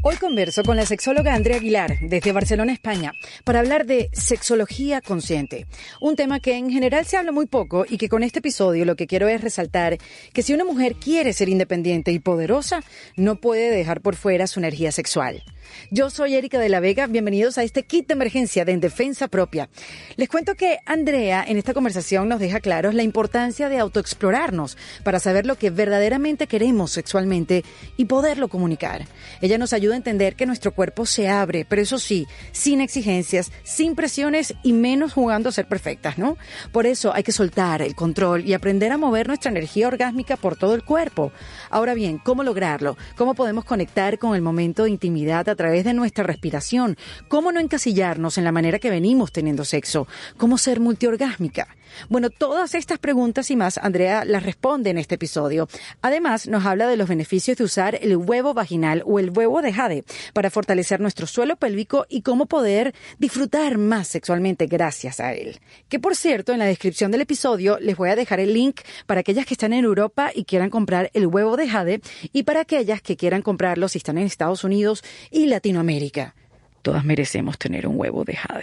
Hoy converso con la sexóloga Andrea Aguilar, desde Barcelona, España, para hablar de sexología consciente. Un tema que en general se habla muy poco y que con este episodio lo que quiero es resaltar que si una mujer quiere ser independiente y poderosa, no puede dejar por fuera su energía sexual. Yo soy Erika de la Vega, bienvenidos a este kit de emergencia de En Defensa Propia. Les cuento que Andrea en esta conversación nos deja claros la importancia de autoexplorarnos para saber lo que verdaderamente queremos sexualmente y poderlo comunicar. Ella nos ayuda a entender que nuestro cuerpo se abre, pero eso sí, sin exigencias, sin presiones y menos jugando a ser perfectas, ¿no? Por eso hay que soltar el control y aprender a mover nuestra energía orgásmica por todo el cuerpo. Ahora bien, ¿cómo lograrlo? ¿Cómo podemos conectar con el momento de intimidad a través de nuestra respiración? ¿Cómo no encasillarnos en la manera que venimos teniendo sexo? ¿Cómo ser multiorgásmica? Bueno, todas estas preguntas y más, Andrea las responde en este episodio. Además, nos habla de los beneficios de usar el huevo vaginal o el huevo de jade para fortalecer nuestro suelo pélvico y cómo poder disfrutar más sexualmente gracias a él. Que, por cierto, en la descripción del episodio les voy a dejar el link para aquellas que están en Europa y quieran comprar el huevo de jade y para aquellas que quieran comprarlo si están en Estados Unidos y Latinoamérica. Todas merecemos tener un huevo de jade.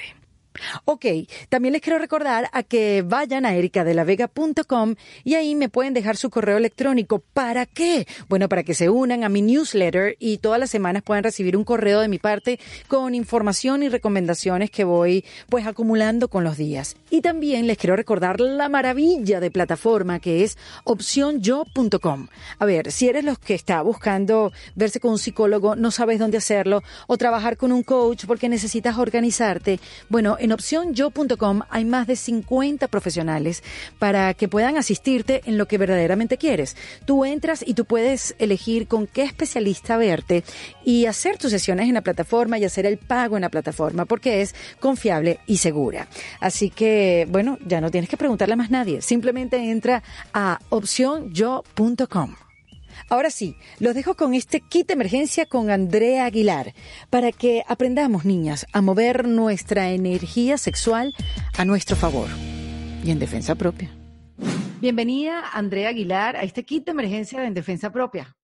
Ok, también les quiero recordar a que vayan a ericadelavega.com y ahí me pueden dejar su correo electrónico. ¿Para qué? Bueno, para que se unan a mi newsletter y todas las semanas puedan recibir un correo de mi parte con información y recomendaciones que voy pues acumulando con los días. Y también les quiero recordar la maravilla de plataforma que es opcionyo.com. A ver, si eres los que está buscando verse con un psicólogo, no sabes dónde hacerlo, o trabajar con un coach porque necesitas organizarte, bueno, en opcionyo.com hay más de 50 profesionales para que puedan asistirte en lo que verdaderamente quieres. Tú entras y tú puedes elegir con qué especialista verte y hacer tus sesiones en la plataforma y hacer el pago en la plataforma porque es confiable y segura. Así que, bueno, ya no tienes que preguntarle a más nadie. Simplemente entra a opcionyo.com. Ahora sí, los dejo con este kit de emergencia con Andrea Aguilar para que aprendamos, niñas, a mover nuestra energía sexual a nuestro favor y en defensa propia. Bienvenida, Andrea Aguilar, a este kit de emergencia de En Defensa Propia.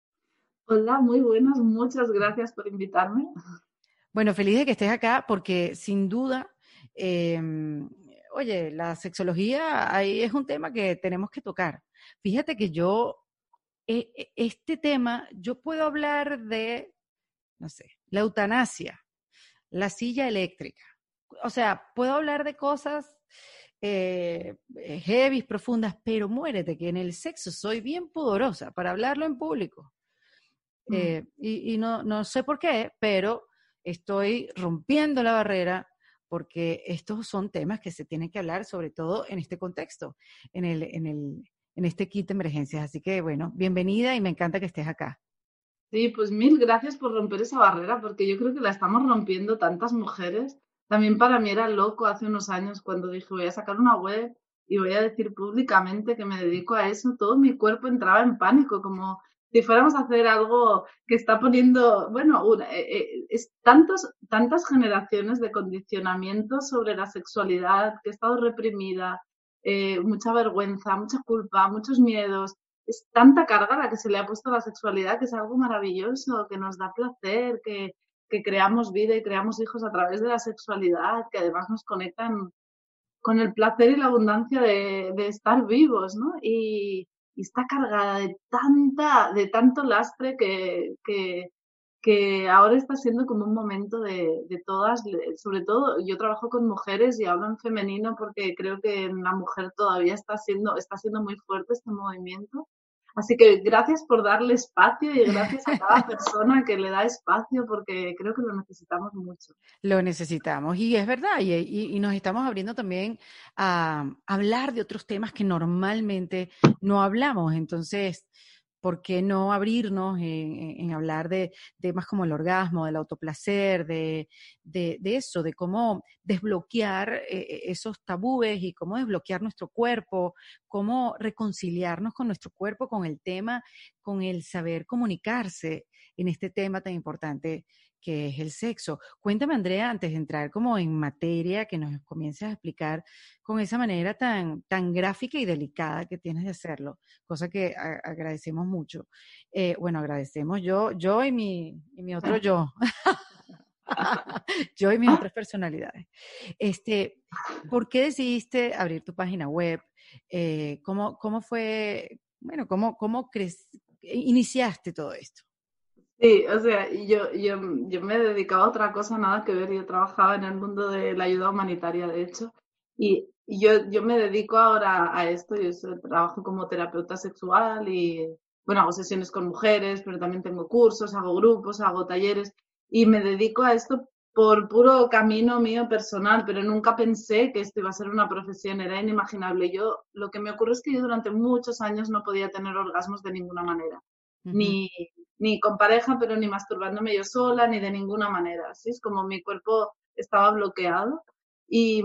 Hola, muy buenas, muchas gracias por invitarme. Bueno, feliz de que estés acá porque sin duda, oye, la sexología ahí es un tema que tenemos que tocar. Fíjate que este tema, yo puedo hablar de, no sé, la eutanasia, la silla eléctrica. O sea, puedo hablar de cosas heavy, profundas, pero muérete que en el sexo soy bien pudorosa para hablarlo en público. Y no sé por qué, pero estoy rompiendo la barrera porque estos son temas que se tienen que hablar, sobre todo en este contexto, en este kit de emergencias. Así que, bueno, bienvenida y me encanta que estés acá. Sí, pues mil gracias por romper esa barrera, porque yo creo que la estamos rompiendo tantas mujeres. También para mí era loco hace unos años cuando dije voy a sacar una web y voy a decir públicamente que me dedico a eso. Todo mi cuerpo entraba en pánico, como si fuéramos a hacer algo que está poniendo, bueno, es tantas generaciones de condicionamiento sobre la sexualidad que ha estado reprimida, mucha vergüenza, mucha culpa, muchos miedos. Es tanta carga la que se le ha puesto a la sexualidad que es algo maravilloso, que nos da placer, que creamos vida y creamos hijos a través de la sexualidad, que además nos conectan con el placer y la abundancia de estar vivos, ¿no? Y está cargada de tanto lastre que ahora está siendo como un momento de todas, sobre todo yo trabajo con mujeres y hablo en femenino porque creo que en la mujer todavía está siendo muy fuerte este movimiento. Así que gracias por darle espacio y gracias a cada persona que le da espacio porque creo que lo necesitamos mucho. Lo necesitamos y es verdad, y nos estamos abriendo también a hablar de otros temas que normalmente no hablamos. Entonces, ¿por qué no abrirnos en hablar de temas como el orgasmo, del autoplacer, de eso, de cómo desbloquear esos tabúes y cómo desbloquear nuestro cuerpo, cómo reconciliarnos con nuestro cuerpo, con el tema, con el saber comunicarse? en este tema tan importante que es el sexo. Cuéntame, Andrea, antes de entrar como en materia, que nos comiences a explicar con esa manera tan gráfica y delicada que tienes de hacerlo, cosa que agradecemos mucho. Bueno, agradecemos yo y mi otro yo. Yo y mis otras personalidades. Este, ¿Por qué decidiste abrir tu página web? ¿Cómo fue, bueno, iniciaste todo esto? Sí, o sea, yo me dedicaba a otra cosa, nada que ver. Yo trabajaba en el mundo de la ayuda humanitaria, de hecho, y yo me dedico ahora a esto. Trabajo como terapeuta sexual y, bueno, hago sesiones con mujeres, pero también tengo cursos, hago grupos, hago talleres y me dedico a esto por puro camino mío personal, pero nunca pensé que esto iba a ser una profesión, era inimaginable. Lo que me ocurre es que yo durante muchos años no podía tener orgasmos de ninguna manera. Ujú. Ni, ni con pareja, pero ni masturbándome yo sola, ni de ninguna manera. ¿Sí? Es como mi cuerpo estaba bloqueado. Y,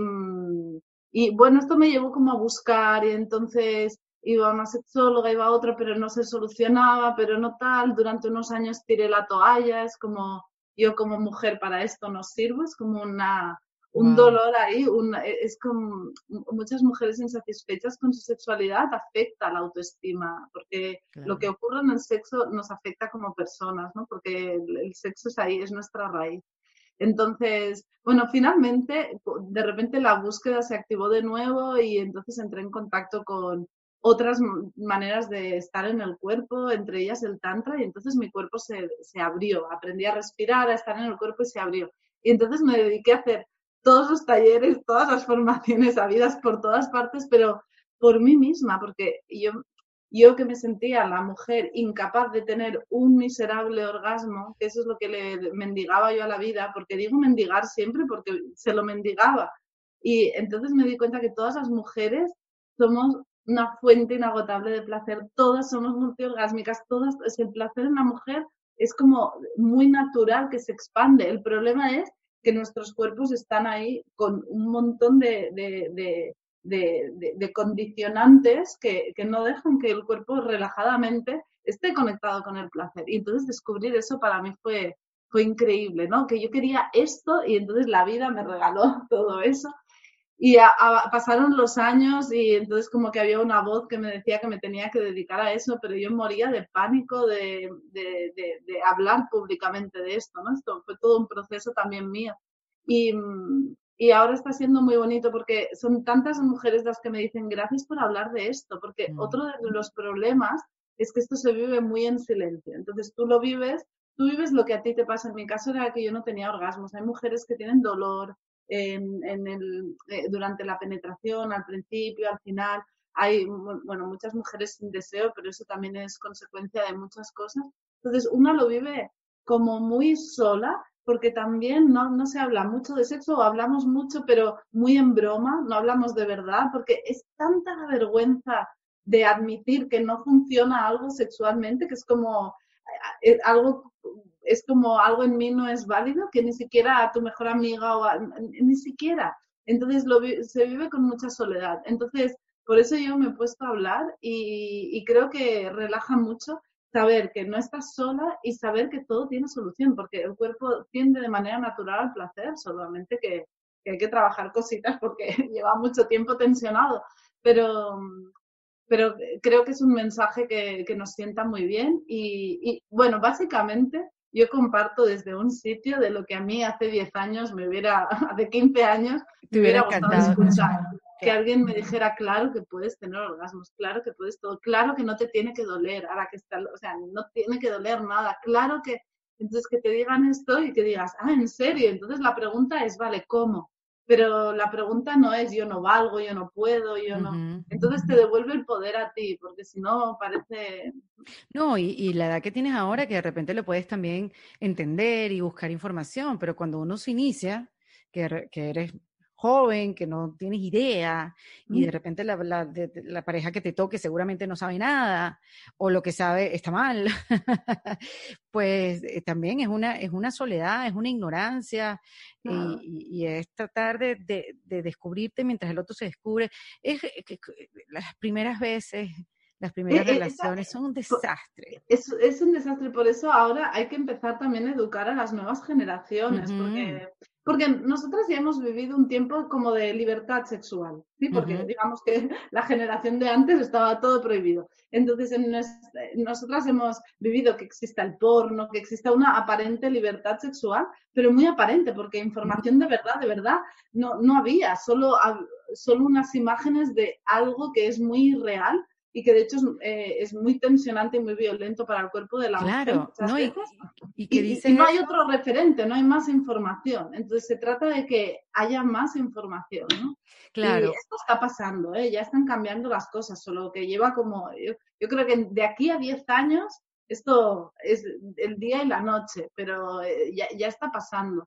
y bueno, esto me llevó como a buscar y entonces iba a una sexóloga, iba a otra, pero no se solucionaba, pero no tal. Durante unos años tiré la toalla, es como yo como mujer para esto no sirvo, es como un Wow, dolor ahí, es como muchas mujeres insatisfechas con su sexualidad afecta a la autoestima, porque lo claro. que ocurre en el sexo nos afecta como personas, ¿no? Porque el sexo es ahí, es nuestra raíz. Entonces, bueno, finalmente, de repente la búsqueda se activó de nuevo y entonces entré en contacto con otras maneras de estar en el cuerpo, entre ellas el tantra, y entonces mi cuerpo se abrió, aprendí a respirar, a estar en el cuerpo y se abrió. Y entonces me dediqué a hacer todos los talleres, todas las formaciones habidas por todas partes, pero por mí misma, porque yo que me sentía la mujer incapaz de tener un miserable orgasmo, que eso es lo que le mendigaba yo a la vida, porque digo mendigar siempre porque se lo mendigaba. Y entonces me di cuenta que todas las mujeres somos una fuente inagotable de placer, todas somos multiorgásmicas, todas, es el placer en la mujer es como muy natural que se expande. El problema es que nuestros cuerpos están ahí con un montón de condicionantes que no dejan que el cuerpo relajadamente esté conectado con el placer. Y entonces descubrir eso para mí fue increíble, ¿no? Que yo quería esto y entonces la vida me regaló todo eso. Y pasaron los años y entonces como que había una voz que me decía que me tenía que dedicar a eso, pero yo moría de pánico de hablar públicamente de esto, ¿no? Esto fue todo un proceso también mío. Y, y ahora está siendo muy bonito porque son tantas mujeres las que me dicen gracias por hablar de esto, porque Mm. otro de los problemas es que esto se vive muy en silencio. Entonces tú vives lo que a ti te pasa. En mi caso era que yo no tenía orgasmos. Hay mujeres que tienen dolor, durante la penetración, al principio, al final. Hay, bueno, muchas mujeres sin deseo, pero eso también es consecuencia de muchas cosas. Entonces, una lo vive como muy sola, porque también no se habla mucho de sexo, o hablamos mucho, pero muy en broma, no hablamos de verdad, porque es tanta la vergüenza de admitir que no funciona algo sexualmente, que es como algo es como algo en mí no es válido, que ni siquiera a tu mejor amiga ni siquiera. Entonces se vive con mucha soledad. Entonces, por eso yo me he puesto a hablar y creo que relaja mucho saber que no estás sola y saber que todo tiene solución, porque el cuerpo tiende de manera natural al placer, solamente que hay que trabajar cositas porque lleva mucho tiempo tensionado. Pero, pero creo que es un mensaje que nos sienta muy bien bueno, básicamente yo comparto desde un sitio de lo que a mí hace 10 años de 15 años, Te me hubiera hubiera gustado encantado escuchar. escuchar. Que Claro. alguien me dijera, claro que puedes tener orgasmos, claro que puedes todo, claro que no te tiene que doler, ahora que está, o sea, no tiene que doler nada, claro que, entonces que te digan esto y que digas, ¿en serio? Entonces la pregunta es, vale, ¿cómo? Pero la pregunta no es yo no valgo, yo no puedo, yo no. Ujú. Entonces te devuelve el poder a ti, porque si no parece... No, y la edad que tienes ahora, que de repente lo puedes también entender y buscar información, pero cuando uno se inicia, que eres joven, que no tienes idea, y de repente la pareja que te toque seguramente no sabe nada, o lo que sabe está mal, pues también es una soledad, es una ignorancia, y es tratar de descubrirte mientras el otro se descubre. Es que las primeras veces las primeras Esa, relaciones son un desastre. es un desastre, por eso ahora hay que empezar también a educar a las nuevas generaciones, Ujú, porque nosotras ya hemos vivido un tiempo como de libertad sexual, ¿sí? Porque ujú. digamos que la generación de antes estaba todo prohibido. Entonces, nosotras hemos vivido que exista el porno, que exista una aparente libertad sexual, pero muy aparente, porque información de verdad, no había, solo unas imágenes de algo que es muy real y que de hecho es muy tensionante y muy violento para el cuerpo de la mujer Claro, muchas ¿no? veces Y que y dices no hay eso, otro referente, no hay más información. Entonces se trata de que haya más información, ¿no? Y claro, esto está pasando, ¿eh? Ya están cambiando las cosas, solo que lleva como, yo creo que de aquí a 10 años esto es el día y la noche, pero ya está pasando.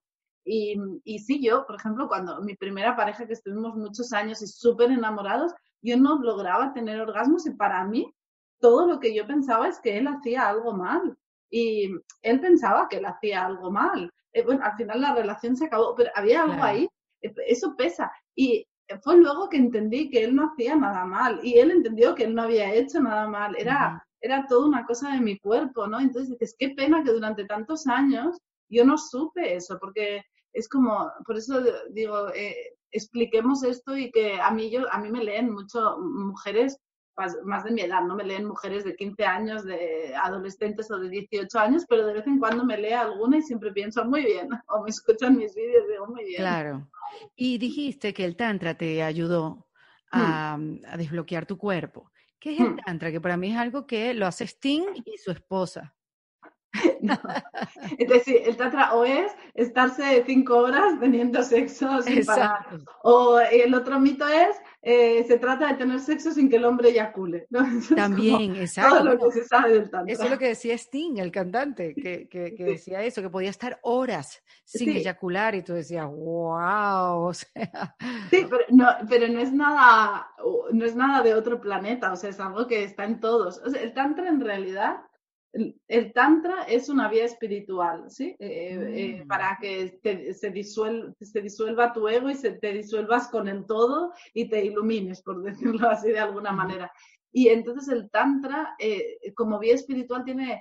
Y sí, yo, por ejemplo, cuando mi primera pareja, que estuvimos muchos años y súper enamorados, yo no lograba tener orgasmos y para mí todo lo que yo pensaba es que él hacía algo mal. Y él pensaba que él hacía algo mal. Bueno, al final la relación se acabó, pero había algo claro. ahí, eso pesa. Y fue luego que entendí que él no hacía nada mal y él entendió que él no había hecho nada mal. Ujú. Era toda una cosa de mi cuerpo, ¿no? Entonces dices, qué pena que durante tantos años yo no supe eso, porque es como, por eso digo, expliquemos esto y que a mí me leen mucho mujeres más de mi edad, no me leen mujeres de 15 años, de adolescentes o de 18 años, pero de vez en cuando me lee alguna y siempre pienso muy bien, o me escuchan mis vídeos y digo muy bien. Claro. Y dijiste que el tantra te ayudó Hmm, a desbloquear tu cuerpo. ¿Qué es el hmm. tantra? Que para mí es algo que lo hace Sting y su esposa. No. Entonces, sí, el tantra o es estarse 5 horas teniendo sexo sin parar, Exacto. o el otro mito es se trata de tener sexo sin que el hombre eyacule, ¿no? Eso es como También, todo exacto. lo que Bueno, se sabe del eso es lo tantra. que decía Sting, el cantante, que Sí, decía eso, que podía estar horas sin sí, eyacular y tú decías, wow, o sea, sí, pero no es nada de otro planeta, o sea, es algo que está en todos. O sea, el tantra en realidad, el tantra es una vía espiritual, ¿sí? mm, Para que se disuelva tu ego y te disuelvas con el todo y te ilumines, por decirlo así de alguna ujú, manera. Y entonces el tantra, como vía espiritual, tiene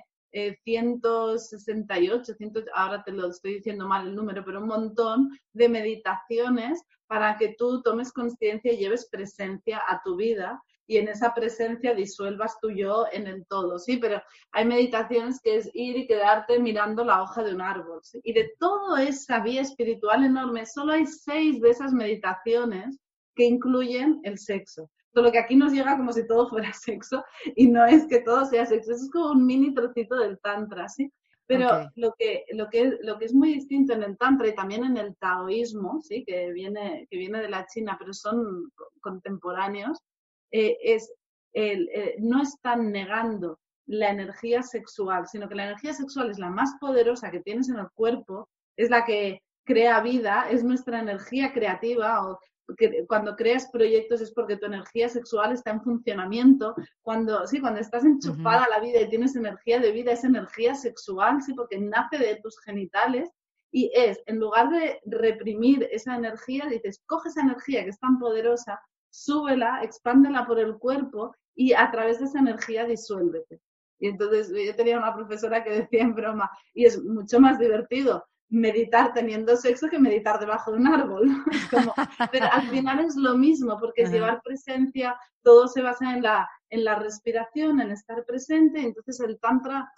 168, 100, ahora te lo estoy diciendo mal el número, pero un montón de meditaciones para que tú tomes conciencia y lleves presencia a tu vida y en esa presencia disuelvas tu yo en el todo, ¿sí? Pero hay meditaciones que es ir y quedarte mirando la hoja de un árbol, ¿sí? Y de toda esa vía espiritual enorme, solo hay 6 de esas meditaciones que incluyen el sexo. Solo que aquí nos llega como si todo fuera sexo y no es que todo sea sexo, eso es como un mini trocito del tantra, ¿sí? ok, Pero lo que es muy distinto en el Tantra y también en el taoísmo, ¿sí? Que viene de la China, pero son contemporáneos, es no están negando la energía sexual, sino que la energía sexual es la más poderosa que tienes en el cuerpo, es la que crea vida, es nuestra energía creativa, o que cuando creas proyectos es porque tu energía sexual está en funcionamiento, cuando estás ujú, enchufada a la vida y tienes energía de vida, es energía sexual, sí, porque nace de tus genitales y en lugar de reprimir esa energía, dices, coge esa energía que es tan poderosa, súbela, expándela por el cuerpo y a través de esa energía disuélvete. Y entonces yo tenía una profesora que decía en broma, y es mucho más divertido meditar teniendo sexo que meditar debajo de un árbol. Es como, pero al final es lo mismo, porque es ajá, llevar presencia, todo se basa en la respiración, en estar presente, entonces el tantra,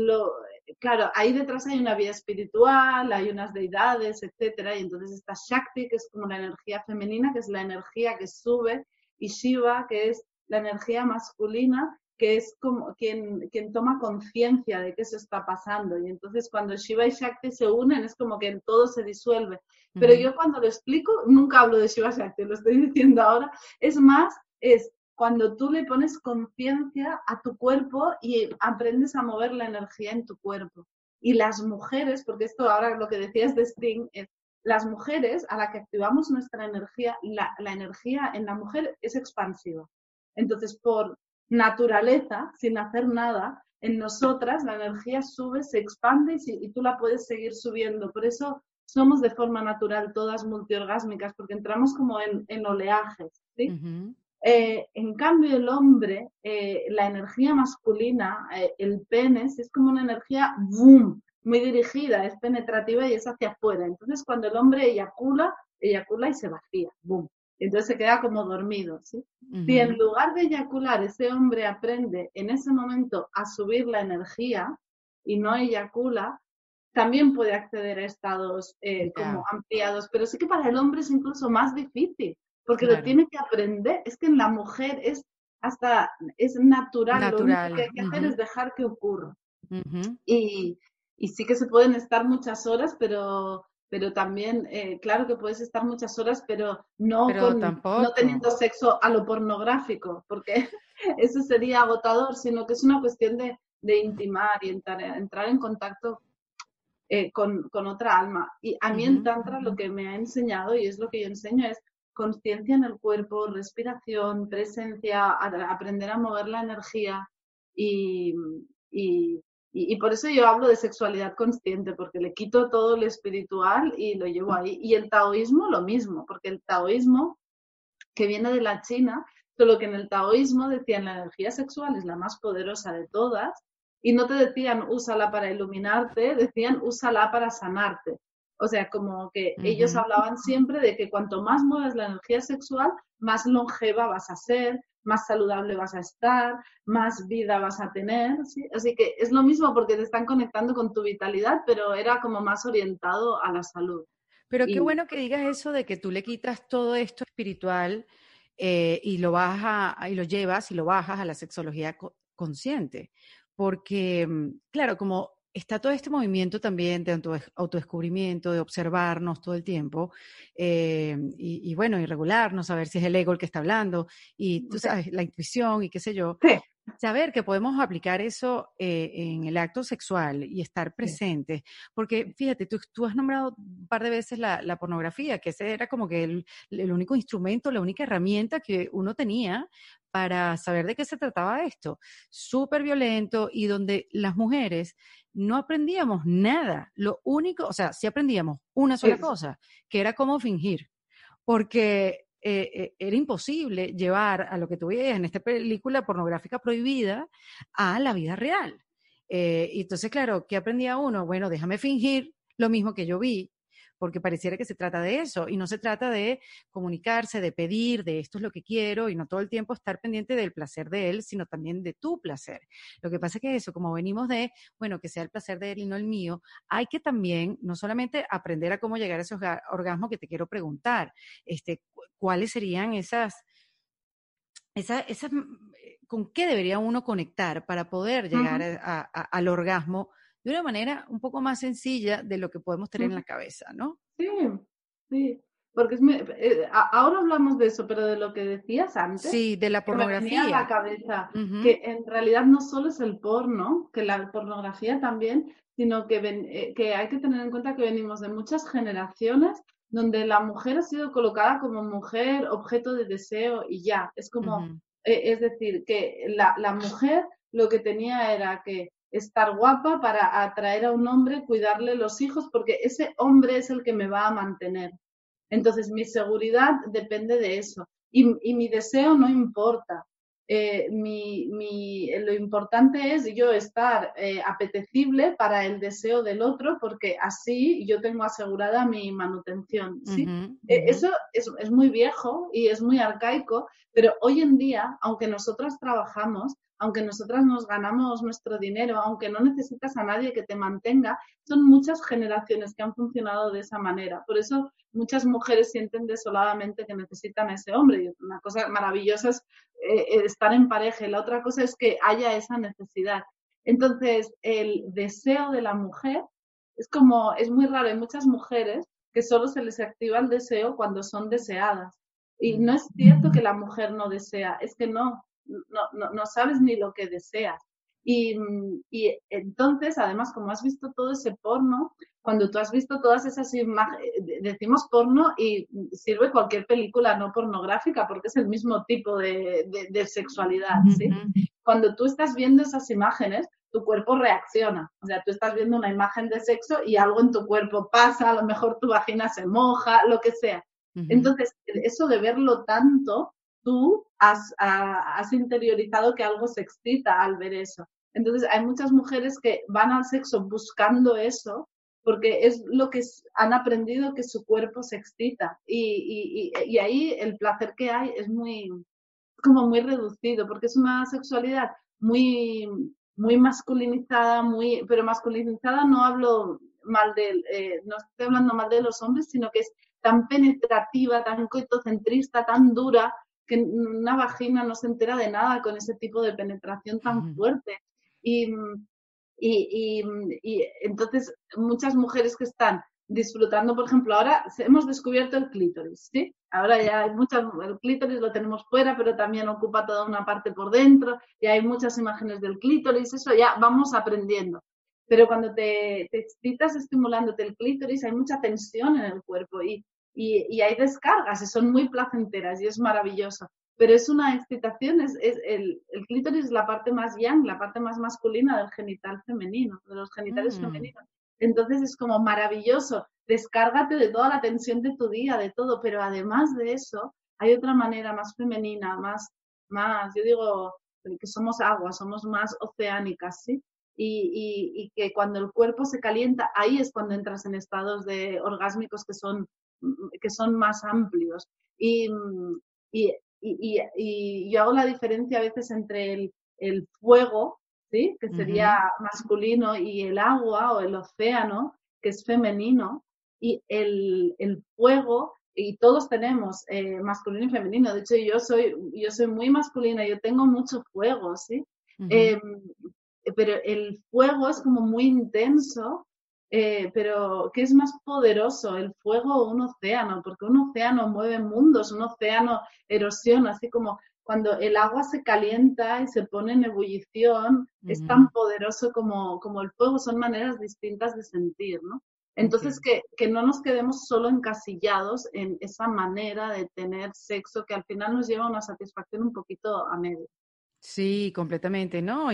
claro, ahí detrás hay una vía espiritual, hay unas deidades, etcétera, y entonces está Shakti, que es como la energía femenina, que es la energía que sube, y Shiva, que es la energía masculina, que es como quien toma conciencia de que eso está pasando. Y entonces cuando Shiva y Shakti se unen es como que el todo se disuelve. Pero ujú, yo cuando lo explico, nunca hablo de Shiva Shakti, lo estoy diciendo ahora. Es más, es cuando tú le pones conciencia a tu cuerpo y aprendes a mover la energía en tu cuerpo. Y las mujeres, porque esto ahora lo que decías de Sting, es las mujeres a la que activamos nuestra energía, la energía en la mujer es expansiva. Entonces, por naturaleza, sin hacer nada, en nosotras la energía sube, se expande y tú la puedes seguir subiendo. Por eso somos de forma natural todas multiorgásmicas, porque entramos como en oleajes, ¿sí? ujú. En cambio, el hombre, la energía masculina, el pene, es como una energía boom, muy dirigida, es penetrativa y es hacia afuera. Entonces, cuando el hombre eyacula y se vacía, boom. Entonces se queda como dormido, ¿sí? Si en Ujú. lugar de eyacular ese hombre aprende en ese momento a subir la energía y no eyacula, también puede acceder a estados como Ya, ampliados, pero sí que para el hombre es incluso más difícil porque lo claro. tiene que aprender. Es que en la mujer es natural, lo único que Natural. hay que hacer es Ujú, dejar que ocurra. ujú. Y, y sí que se pueden estar muchas horas, pero también, claro que puedes estar muchas horas, pero Pero no tampoco. teniendo sexo a lo pornográfico, porque eso sería agotador, sino que es una cuestión de intimar y entrar en contacto con otra alma. Y a mí en Ujú. Tantra lo que me ha enseñado, y es lo que yo enseño, es conciencia en el cuerpo, respiración, presencia, aprender a mover la energía y, y, y por eso yo hablo de sexualidad consciente, porque le quito todo lo espiritual y lo llevo ahí. Y el taoísmo lo mismo, porque el taoísmo que viene de la China, solo que en el taoísmo decían la energía sexual es la más poderosa de todas y no te decían úsala para iluminarte, decían úsala para sanarte. O sea, como que ellos Ujú. hablaban siempre de que cuanto más muevas la energía sexual, más longeva vas a ser, más saludable vas a estar, más vida vas a tener, ¿sí? Así que es lo mismo porque te están conectando con tu vitalidad, pero era como más orientado a la salud. Pero qué Y bueno que digas eso de que tú le quitas todo esto espiritual y lo y lo llevas y lo bajas a la sexología consciente. Porque, claro, como está todo este movimiento también de autodescubrimiento, de observarnos todo el tiempo, y bueno, y regularnos, saber si es el ego el que está hablando, y tú sí, sabes, la intuición y qué sé yo, sí, saber que podemos aplicar eso en el acto sexual y estar sí. presentes, porque fíjate, tú has nombrado un par de veces la pornografía, que ese era como que el único instrumento, la única herramienta que uno tenía para saber de qué se trataba esto. Súper violento y donde las mujeres no aprendíamos nada. Lo único, o sea, sí aprendíamos una sola Sí, cosa, que era cómo fingir porque era imposible llevar a lo que tú veías en esta película pornográfica prohibida a la vida real. Y entonces, claro, ¿qué aprendía uno? Bueno, déjame fingir lo mismo que yo vi, porque pareciera que se trata de eso, y no se trata de comunicarse, de pedir, de esto es lo que quiero, y no todo el tiempo estar pendiente del placer de él, sino también de tu placer. Lo que pasa es que eso, como venimos de, bueno, que sea el placer de él y no el mío, hay que también no solamente aprender a cómo llegar a esos orgasmos que te quiero preguntar, cuáles serían con qué debería uno conectar para poder llegar ujú, al orgasmo de una manera un poco más sencilla de lo que podemos tener en la ujú. cabeza, ¿no? Sí, sí, porque ahora hablamos de eso, pero de lo que decías antes, Sí, de la que me venía a la pornografía. cabeza, Ujú, que en realidad no solo es el porno, que la pornografía también, sino que hay que tener en cuenta que venimos de muchas generaciones donde la mujer ha sido colocada como mujer, objeto de deseo y ya. Es como, ujú, es decir, que la mujer lo que tenía era que estar guapa para atraer a un hombre, cuidarle los hijos, porque ese hombre es el que me va a mantener. Entonces, mi seguridad depende de eso. Y mi deseo no importa. Lo importante es yo estar apetecible para el deseo del otro, porque así yo tengo asegurada mi manutención. ¿Sí? ujú, ujú. Eso es muy viejo y es muy arcaico, pero hoy en día, aunque nosotras trabajamos, aunque nosotras nos ganamos nuestro dinero, aunque no necesitas a nadie que te mantenga, son muchas generaciones que han funcionado de esa manera. Por eso muchas mujeres sienten desoladamente que necesitan a ese hombre. Y una cosa maravillosa es estar en pareja y la otra cosa es que haya esa necesidad. Entonces, el deseo de la mujer es muy raro. Hay muchas mujeres que solo se les activa el deseo cuando son deseadas. Y no Mm. es cierto que la mujer no desea, es que no sabes ni lo que deseas. Y entonces, además, como has visto todo ese porno, cuando tú has visto todas esas imágenes, decimos porno y sirve cualquier película no pornográfica porque es el mismo tipo de sexualidad, ¿sí? Ujú, Cuando tú estás viendo esas imágenes, tu cuerpo reacciona. O sea, tú estás viendo una imagen de sexo y algo en tu cuerpo pasa, a lo mejor tu vagina se moja, lo que sea. ujú. Entonces, eso de verlo tanto tú has interiorizado que algo se excita al ver eso. Entonces, hay muchas mujeres que van al sexo buscando eso porque es lo que han aprendido que su cuerpo se excita. Y ahí el placer que hay es como muy reducido, porque es una sexualidad muy, muy masculinizada, pero masculinizada no hablo mal no estoy hablando mal de los hombres, sino que es tan penetrativa, tan coitocentrista, tan dura, que una vagina no se entera de nada con ese tipo de penetración tan fuerte. Y, y entonces muchas mujeres que están disfrutando, por ejemplo, ahora hemos descubierto el clítoris, ¿sí? Ahora ya hay el clítoris lo tenemos fuera, pero también ocupa toda una parte por dentro, y hay muchas imágenes del clítoris, eso ya vamos aprendiendo. Pero cuando te excitas estimulándote el clítoris, hay mucha tensión en el cuerpo y hay descargas y son muy placenteras y es maravilloso. Pero es una excitación, el clítoris es la parte más yang, la parte más masculina del genital femenino, de los genitales femeninos. Entonces es como maravilloso, descárgate de toda la tensión de tu día, de todo, pero además de eso, hay otra manera más femenina, yo digo que somos agua, somos más oceánicas, ¿sí? Y que cuando el cuerpo se calienta, ahí es cuando entras en estados de orgásmicos que son más amplios. Y, y yo hago la diferencia a veces entre el fuego, ¿sí? Que sería masculino, y el agua o el océano, que es femenino, y el fuego, y todos tenemos masculino y femenino. De hecho, yo soy muy masculina, yo tengo mucho fuego, ¿sí? Eh, pero el fuego es como muy intenso, pero ¿qué es más poderoso, el fuego o un océano? Porque un océano mueve mundos, un océano erosiona, así como cuando el agua se calienta y se pone en ebullición, es tan poderoso como el fuego, son maneras distintas de sentir, ¿no? Entonces, que no nos quedemos solo encasillados en esa manera de tener sexo que al final nos lleva a una satisfacción un poquito a medio. Sí, completamente, ¿no?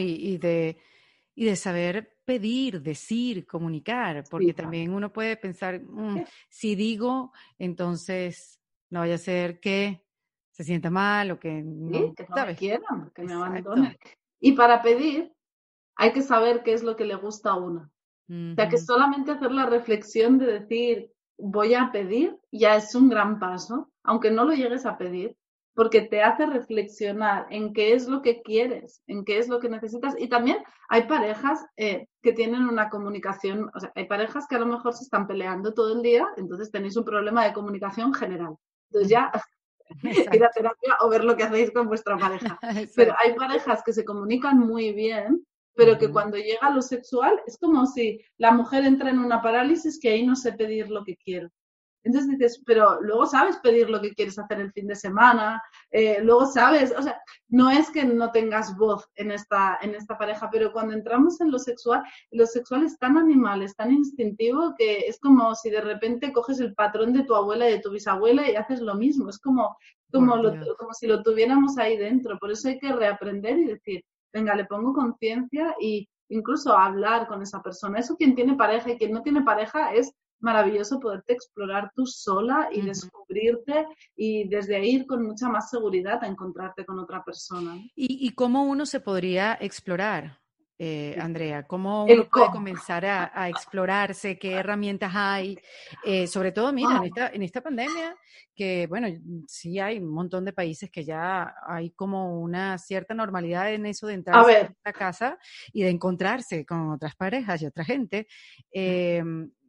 Y de saber pedir, decir, comunicar, porque Sí, también uno puede pensar, si digo, entonces no vaya a ser que se sienta mal o que sí, no, que no me ¿sabes? quieran, que me Exacto. abandonen. Y para pedir hay que saber qué es lo que le gusta a uno. O sea, que Ujú. solamente hacer la reflexión de decir, voy a pedir, ya es un gran paso, aunque no lo llegues a pedir, porque te hace reflexionar en qué es lo que quieres, en qué es lo que necesitas. Y también hay parejas que tienen una comunicación, o sea, hay parejas que a lo mejor se están peleando todo el día, entonces tenéis un problema de comunicación general. Entonces Ujú. ya ir a Exacto. terapia o ver lo que hacéis con vuestra pareja. Pero Exacto. hay parejas que se comunican muy bien, pero que Ujú. cuando llega lo sexual es como si la mujer entra en una parálisis que ahí no sé pedir lo que quiero. Entonces dices, pero luego sabes pedir lo que quieres hacer el fin de semana, luego sabes, o sea, no es que no tengas voz en esta pareja, pero cuando entramos en lo sexual es tan animal, es tan instintivo, que es como si de repente coges el patrón de tu abuela y de tu bisabuela y haces lo mismo, es Por Dios. como si lo tuviéramos ahí dentro, por eso hay que reaprender y decir, venga, le pongo conciencia y incluso hablar con esa persona. Eso quien tiene pareja y quien no tiene pareja es maravilloso poderte explorar tú sola y Ujú. descubrirte y desde ahí ir con mucha más seguridad a encontrarte con otra persona, ¿no? Y cómo uno se podría explorar, Sí. Andrea? ¿Cómo uno El puede cómo. comenzar a explorarse? ¿Qué herramientas hay? Sobre todo, mira, Ah, en esta pandemia, que bueno, sí hay un montón de países que ya hay como una cierta normalidad en eso de a entrarse ver, a casa y de encontrarse con otras parejas y otra gente. Eh,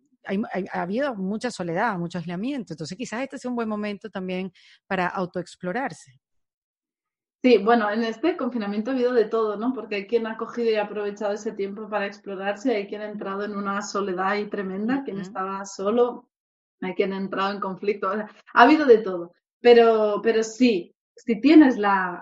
ha habido mucha soledad, mucho aislamiento, entonces quizás este sea un buen momento también para autoexplorarse. sí, bueno, en este confinamiento ha habido de todo, ¿no? Porque hay quien ha cogido y aprovechado ese tiempo para explorarse, hay quien ha entrado en una soledad ahí tremenda, quien Ujú. estaba solo, hay quien ha entrado en conflicto, o sea, ha habido de todo. Pero sí, si tienes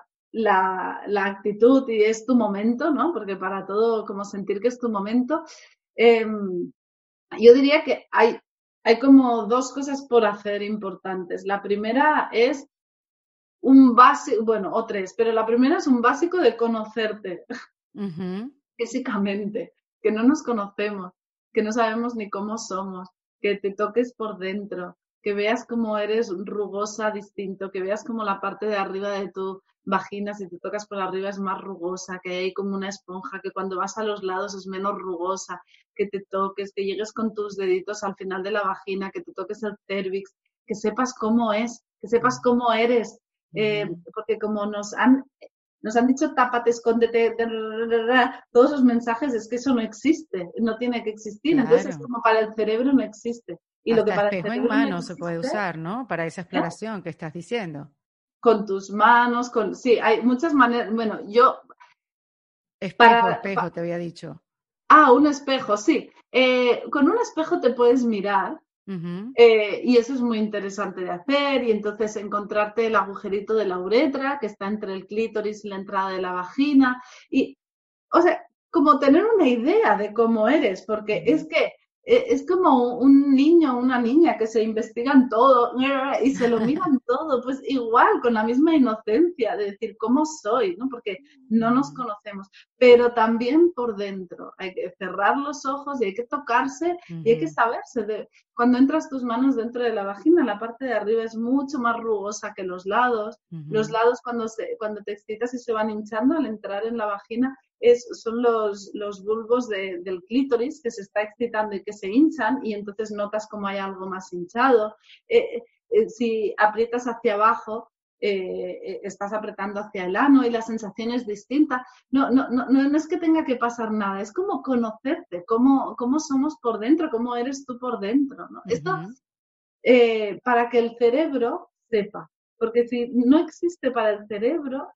la actitud y es tu momento, ¿no? Porque para todo, como sentir que es tu momento, eh, yo diría que hay como dos cosas por hacer importantes. La primera es un básico, bueno, o tres, pero la primera es un básico de conocerte Ujú. físicamente, que no nos conocemos, que no sabemos ni cómo somos, que te toques por dentro, que veas cómo eres rugosa distinto, que veas como la parte de arriba de tu vagina, si te tocas por arriba es más rugosa, que hay como una esponja, que cuando vas a los lados es menos rugosa, que te toques, que llegues con tus deditos al final de la vagina, que te toques el cervix, que sepas cómo es, que sepas cómo eres, porque como nos han dicho tápate, escóndete, todos los mensajes, es que eso no existe, no tiene que existir. Entonces es Claro. como para el cerebro no existe. Y lo que Hasta para el espejo en cerebro no mano se puede existe, usar, ¿no? Para esa ¿eh? exploración que estás diciendo. Con tus manos, sí, hay muchas maneras. Bueno, yo, Espejo, para, espejo, te había dicho. un espejo, sí. Con un espejo te puedes mirar. Ujú. Y eso es muy interesante de hacer y entonces encontrarte el agujerito de la uretra que está entre el clítoris y la entrada de la vagina y, o sea, como tener una idea de cómo eres, porque es que es como un niño o una niña que se investigan todo y se lo miran todo, pues igual, con la misma inocencia de decir cómo soy, ¿no? Porque no nos Ujú, conocemos, pero también por dentro. Hay que cerrar los ojos y hay que tocarse y hay que ujú, saberse. Cuando entras tus manos dentro de la vagina, la parte de arriba es mucho más rugosa que los lados. Los ujú. lados cuando te excitas y se van hinchando al entrar en la vagina son los bulbos del clítoris que se está excitando y que se hinchan y entonces notas como hay algo más hinchado. Si aprietas hacia abajo, estás apretando hacia el ano y la sensación es distinta. No es que tenga que pasar nada, es como conocerte, cómo somos por dentro, cómo eres tú por dentro, ¿no? Esto Ujú, para que el cerebro sepa. Porque si no existe para el cerebro,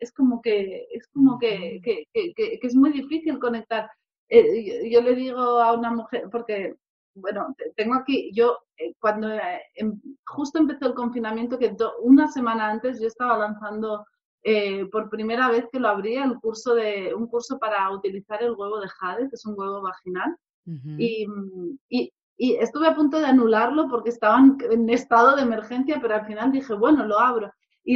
ujú. que es muy difícil conectar. Yo le digo a una mujer, porque, bueno, tengo aquí, yo cuando justo empezó el confinamiento, que una semana antes yo estaba lanzando por primera vez que lo abría un curso para utilizar el huevo de jade, que es un huevo vaginal. Ujú. Y, y estuve a punto de anularlo porque estaban en estado de emergencia, pero al final dije, bueno, lo abro.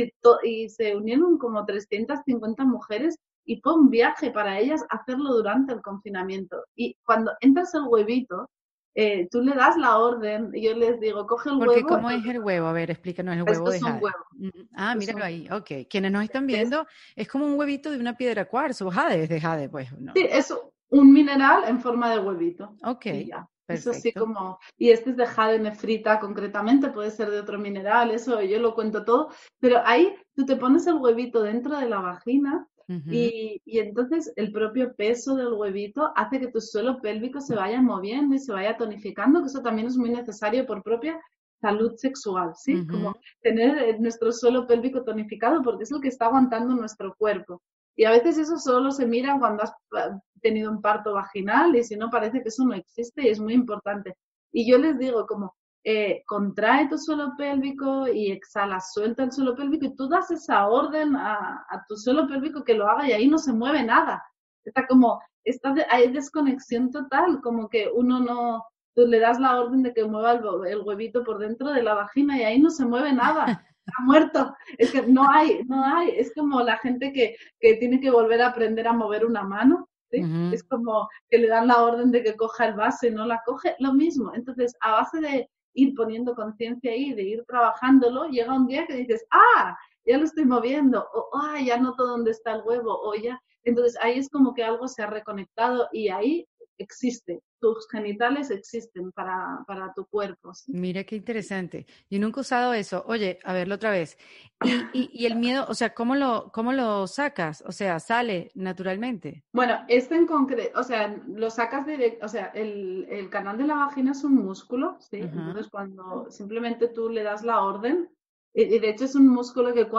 Y se unieron como 350 mujeres y fue un viaje para ellas hacerlo durante el confinamiento. Y cuando entras el huevito, tú le das la orden, y yo les digo, coge el Porque huevo, ¿cómo es el huevo? A ver, explícanos el huevo esto de es un jade. huevo, Ujú. Ah, esto es míralo un ahí. Ok. Quienes nos están es, viendo, es como un huevito de una piedra cuarzo. Jade es de jade, pues, Sí, ¿no? es un mineral en forma de huevito Ok, y ya. Es así perfecto. como, y este es de jade nefrita concretamente, puede ser de otro mineral, eso yo lo cuento todo, pero ahí tú te pones el huevito dentro de la vagina Ujú. y entonces el propio peso del huevito hace que tu suelo pélvico se vaya moviendo y se vaya tonificando, que eso también es muy necesario por propia salud sexual, ¿sí? Como Ujú. tener nuestro suelo pélvico tonificado porque es lo que está aguantando nuestro cuerpo. Y a veces eso solo se mira cuando has tenido un parto vaginal y si no parece que eso no existe y es muy importante. Y yo les digo como, contrae tu suelo pélvico y exhala, suelta el suelo pélvico y tú das esa orden a tu suelo pélvico que lo haga y ahí no se mueve nada. Está como, hay desconexión total, como que uno no, tú le das la orden de que mueva el huevito por dentro de la vagina y ahí no se mueve nada. Está muerto. Es que no hay. Es como la gente que tiene que volver a aprender a mover una mano, ¿sí? Ujú. Es como que le dan la orden de que coja el vaso y no la coge, lo mismo. Entonces, a base de ir poniendo conciencia ahí, de ir trabajándolo, llega un día que dices, ya lo estoy moviendo, o ya noto dónde está el huevo, o ya. Entonces, ahí es como que algo se ha reconectado y ahí existe. Tus genitales existen para tu cuerpo, ¿sí? Mira qué interesante. Yo nunca he usado eso. Oye, a verlo otra vez. Y el miedo, o sea, cómo lo sacas? O sea, sale naturalmente. Bueno, este en concreto, o sea, lo sacas directo, o sea, el canal de la vagina es un músculo, ¿sí? Ajá. Entonces, cuando simplemente tú le das la orden, y de hecho es un músculo que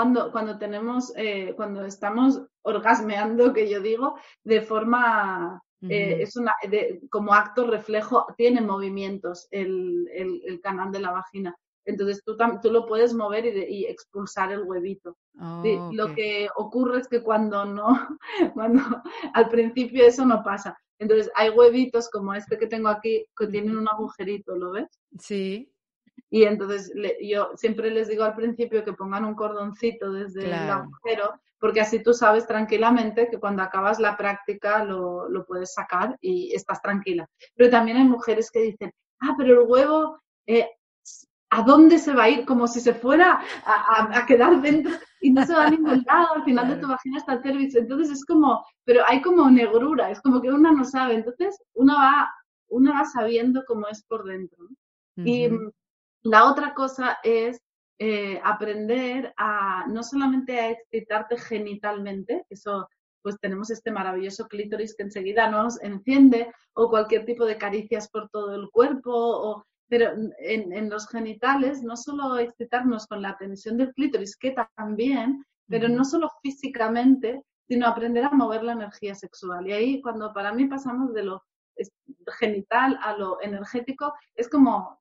cuando estamos orgasmeando, que yo digo, de forma, Ujú. como acto reflejo, tiene movimientos el canal de la vagina. Entonces tú lo puedes mover y expulsar el huevito. Sí, Oh, lo ok. que ocurre es que cuando no, cuando al principio eso no pasa. Entonces hay huevitos como este que tengo aquí que tienen Ujú. un agujerito, ¿lo ves? Sí, Y entonces yo siempre les digo al principio que pongan un cordoncito desde el claro. agujero, porque así tú sabes tranquilamente que cuando acabas la práctica lo puedes sacar y estás tranquila. Pero también hay mujeres que dicen, pero el huevo, eh, ¿a dónde se va a ir? Como si se fuera a quedar dentro y no se va a ningún lado, al final de tu Claro. vagina está el cervix. Entonces es como, pero hay como negrura, es como que una no sabe. Entonces uno va sabiendo cómo es por dentro, ¿no? Y Ujú. la otra cosa es aprender a no solamente a excitarte genitalmente, eso pues tenemos este maravilloso clítoris que enseguida nos enciende, o cualquier tipo de caricias por todo el cuerpo, pero en los genitales no solo excitarnos con la tensión del clítoris, que también, pero no Ujú. solo físicamente, sino aprender a mover la energía sexual. Y ahí cuando para mí pasamos de lo genital a lo energético, es como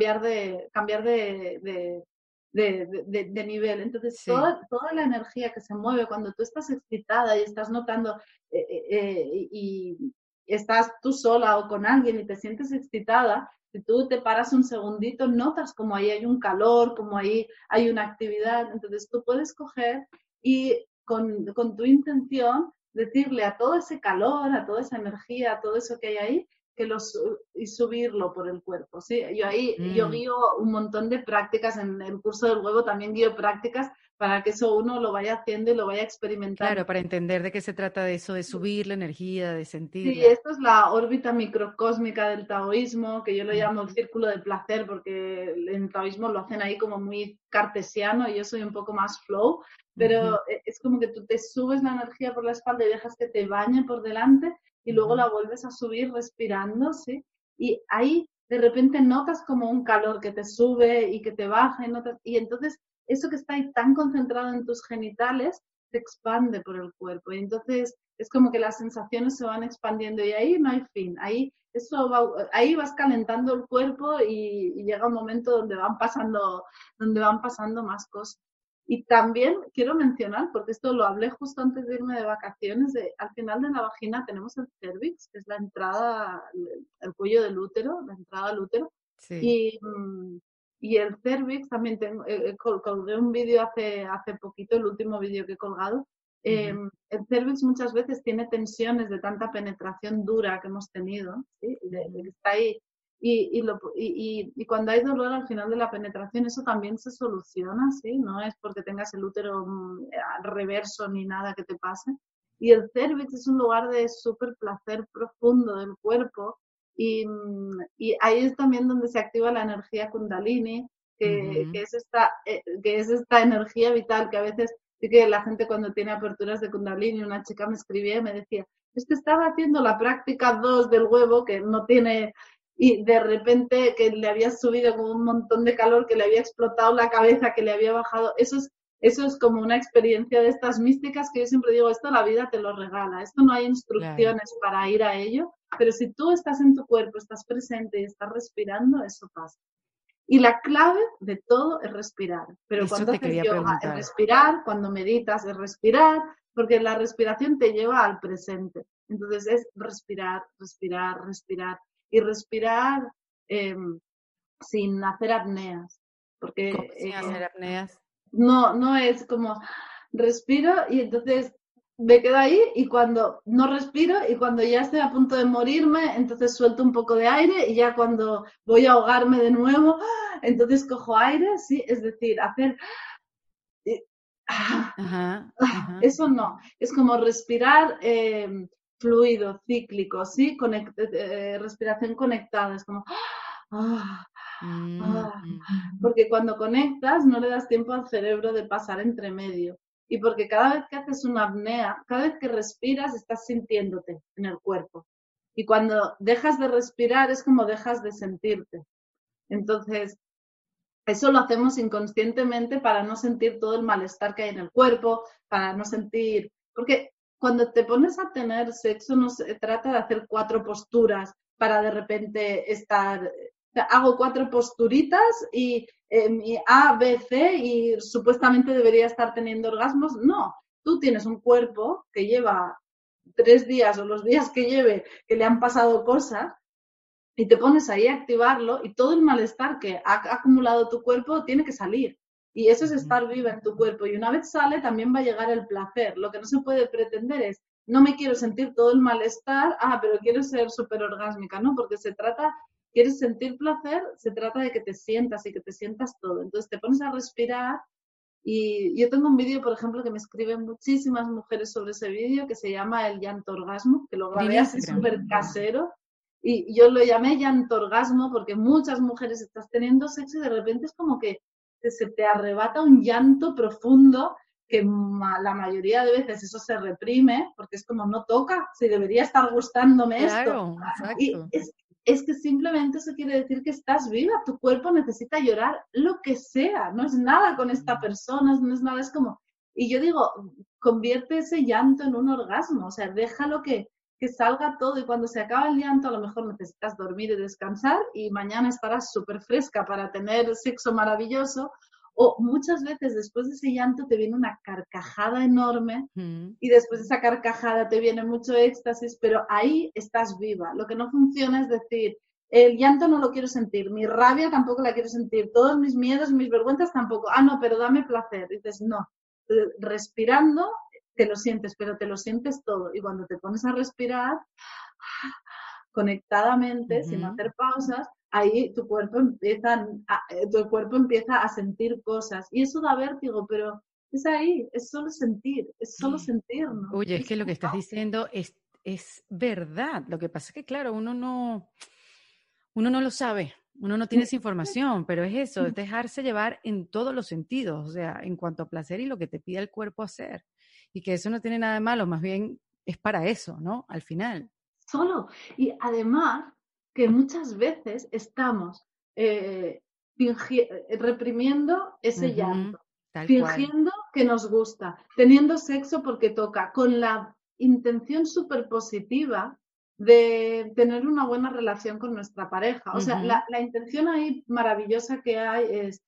cambiar de nivel. Entonces, Sí. toda la energía que se mueve cuando tú estás excitada y estás notando y estás tú sola o con alguien y te sientes excitada, si tú te paras un segundito, notas como ahí hay un calor, como ahí hay una actividad. Entonces, tú puedes coger y con tu intención decirle a todo ese calor, a toda esa energía, a todo eso que hay ahí, y subirlo por el cuerpo, ¿sí? Yo Mm. guío un montón de prácticas en el curso del huevo, también guío prácticas para que eso uno lo vaya haciendo y lo vaya experimentando. Claro, para entender de qué se trata de eso, de subir la energía, de Sí, sentirla. esto es la órbita microcósmica del taoísmo, que yo lo llamo el Ujú. círculo de placer, porque en el taoísmo lo hacen ahí como muy cartesiano y yo soy un poco más flow, pero Ujú. es como que tú te subes la energía por la espalda y dejas que te bañe por delante y luego Ujú. la vuelves a subir respirando, ¿sí? Y ahí de repente notas como un calor que te sube y que te baja y entonces eso que está ahí tan concentrado en tus genitales se expande por el cuerpo y entonces es como que las sensaciones se van expandiendo y ahí no hay fin, ahí vas calentando el cuerpo y llega un momento donde van pasando más cosas. Y también quiero mencionar, porque esto lo hablé justo antes de irme de vacaciones, al final de la vagina tenemos el cervix, que es la entrada, el cuello del útero, la entrada al útero, Sí. y, y el cervix también colgué un vídeo hace poquito, el último vídeo que he colgado. Ujú. El cervix muchas veces tiene tensiones de tanta penetración dura que hemos tenido, ¿sí? De que Ujú. está ahí. Y cuando hay dolor al final de la penetración, eso también se soluciona, ¿sí? No es porque tengas el útero al reverso ni nada que te pase. Y el cervix es un lugar de súper placer profundo del cuerpo y ahí es también donde se activa la energía kundalini, Ujú. que es esta energía vital que a veces sí que la gente cuando tiene aperturas de Kundalini, una chica me escribía y me decía, es que estaba haciendo la práctica 2 del huevo, que no tiene, y de repente que le había subido como un montón de calor, que le había explotado la cabeza, que le había bajado. Eso es como una experiencia de estas místicas que yo siempre digo, esto la vida te lo regala, esto no hay Claro. instrucciones para ir a ello, pero si tú estás en tu cuerpo, estás presente y estás respirando, eso pasa. Y la clave de todo es respirar. Pero Eso cuando te haces quería yoga es preguntar. respirar, cuando meditas es respirar, porque la respiración te lleva al presente. Entonces es respirar, respirar, respirar. Y respirar eh, sin hacer apneas. ¿Cómo Porque sin hacer apneas? no es como respiro y entonces me quedo ahí y cuando no respiro y cuando ya estoy a punto de morirme, entonces suelto un poco de aire y ya cuando voy a ahogarme de nuevo, entonces cojo aire, sí, es decir, hacer... Ajá, ajá. Eso no, es como respirar fluido, cíclico, ¿sí? Respiración conectada, es como... ah, Mm, ah, mm. porque cuando conectas no le das tiempo al cerebro de pasar entre medio. Y porque cada vez que haces una apnea, cada vez que respiras, estás sintiéndote en el cuerpo. Y cuando dejas de respirar es como dejas de sentirte. Entonces, eso lo hacemos inconscientemente para no sentir todo el malestar que hay en el cuerpo, para no sentir... Porque cuando te pones a tener sexo no se trata de hacer 4 posturas para de repente estar... Hago 4 posturitas y A, B, C y supuestamente debería estar teniendo orgasmos. No, tú tienes un cuerpo que lleva 3 días o los días que lleve que le han pasado cosas y te pones ahí a activarlo y todo el malestar que ha acumulado tu cuerpo tiene que salir. Y eso es Ujú. estar viva en tu cuerpo. Y una vez sale, también va a llegar el placer. Lo que no se puede pretender es, no me quiero sentir todo el malestar, pero quiero ser súper orgásmica, ¿no? Porque se trata quieres sentir placer, se trata de que te sientas y que te sientas todo. Entonces te pones a respirar y yo tengo un vídeo, por ejemplo, que me escriben muchísimas mujeres sobre ese vídeo, que se llama El llanto orgasmo, que lo En grabé así Instagram. súper casero. Y yo lo llamé llanto orgasmo porque muchas mujeres estás teniendo sexo y de repente es como que se te arrebata un llanto profundo que la mayoría de veces eso se reprime porque es como no toca, si debería estar gustándome esto. Claro, Y exacto. es que simplemente eso quiere decir que estás viva, tu cuerpo necesita llorar lo que sea, no es nada con esta persona, no es nada, es como, y yo digo, convierte ese llanto en un orgasmo, o sea, déjalo que salga todo y cuando se acaba el llanto a lo mejor necesitas dormir y descansar y mañana estarás súper fresca para tener sexo maravilloso o muchas veces después de ese llanto te viene una carcajada enorme Ujú. y después de esa carcajada te viene mucho éxtasis, pero ahí estás viva. Lo que no funciona es decir, el llanto no lo quiero sentir, mi rabia tampoco la quiero sentir, todos mis miedos, mis vergüenzas tampoco. Ah, no, pero dame placer. Dices, no, respirando te lo sientes, pero te lo sientes todo. Y cuando te pones a respirar conectadamente, sin Ujú. hacer pausas, ahí tu cuerpo empieza a sentir cosas. Y eso da vértigo, pero es ahí, es solo sentir, ¿no? Oye, es Es que lo que estás diciendo es verdad. Lo que pasa es que, claro, uno no lo sabe, uno no tiene esa información, pero es eso, es dejarse llevar en todos los sentidos, o sea, en cuanto a placer y lo que te pide el cuerpo hacer. Y que eso no tiene nada de malo, más bien es para eso, ¿no? Al final. solo. Y además que muchas veces estamos eh, reprimiendo ese Ujú. llanto, Tal cual. fingiendo que nos gusta, teniendo sexo porque toca, con la intención súper positiva de tener una buena relación con nuestra pareja. O sea, Ujú. la intención ahí maravillosa que hay es,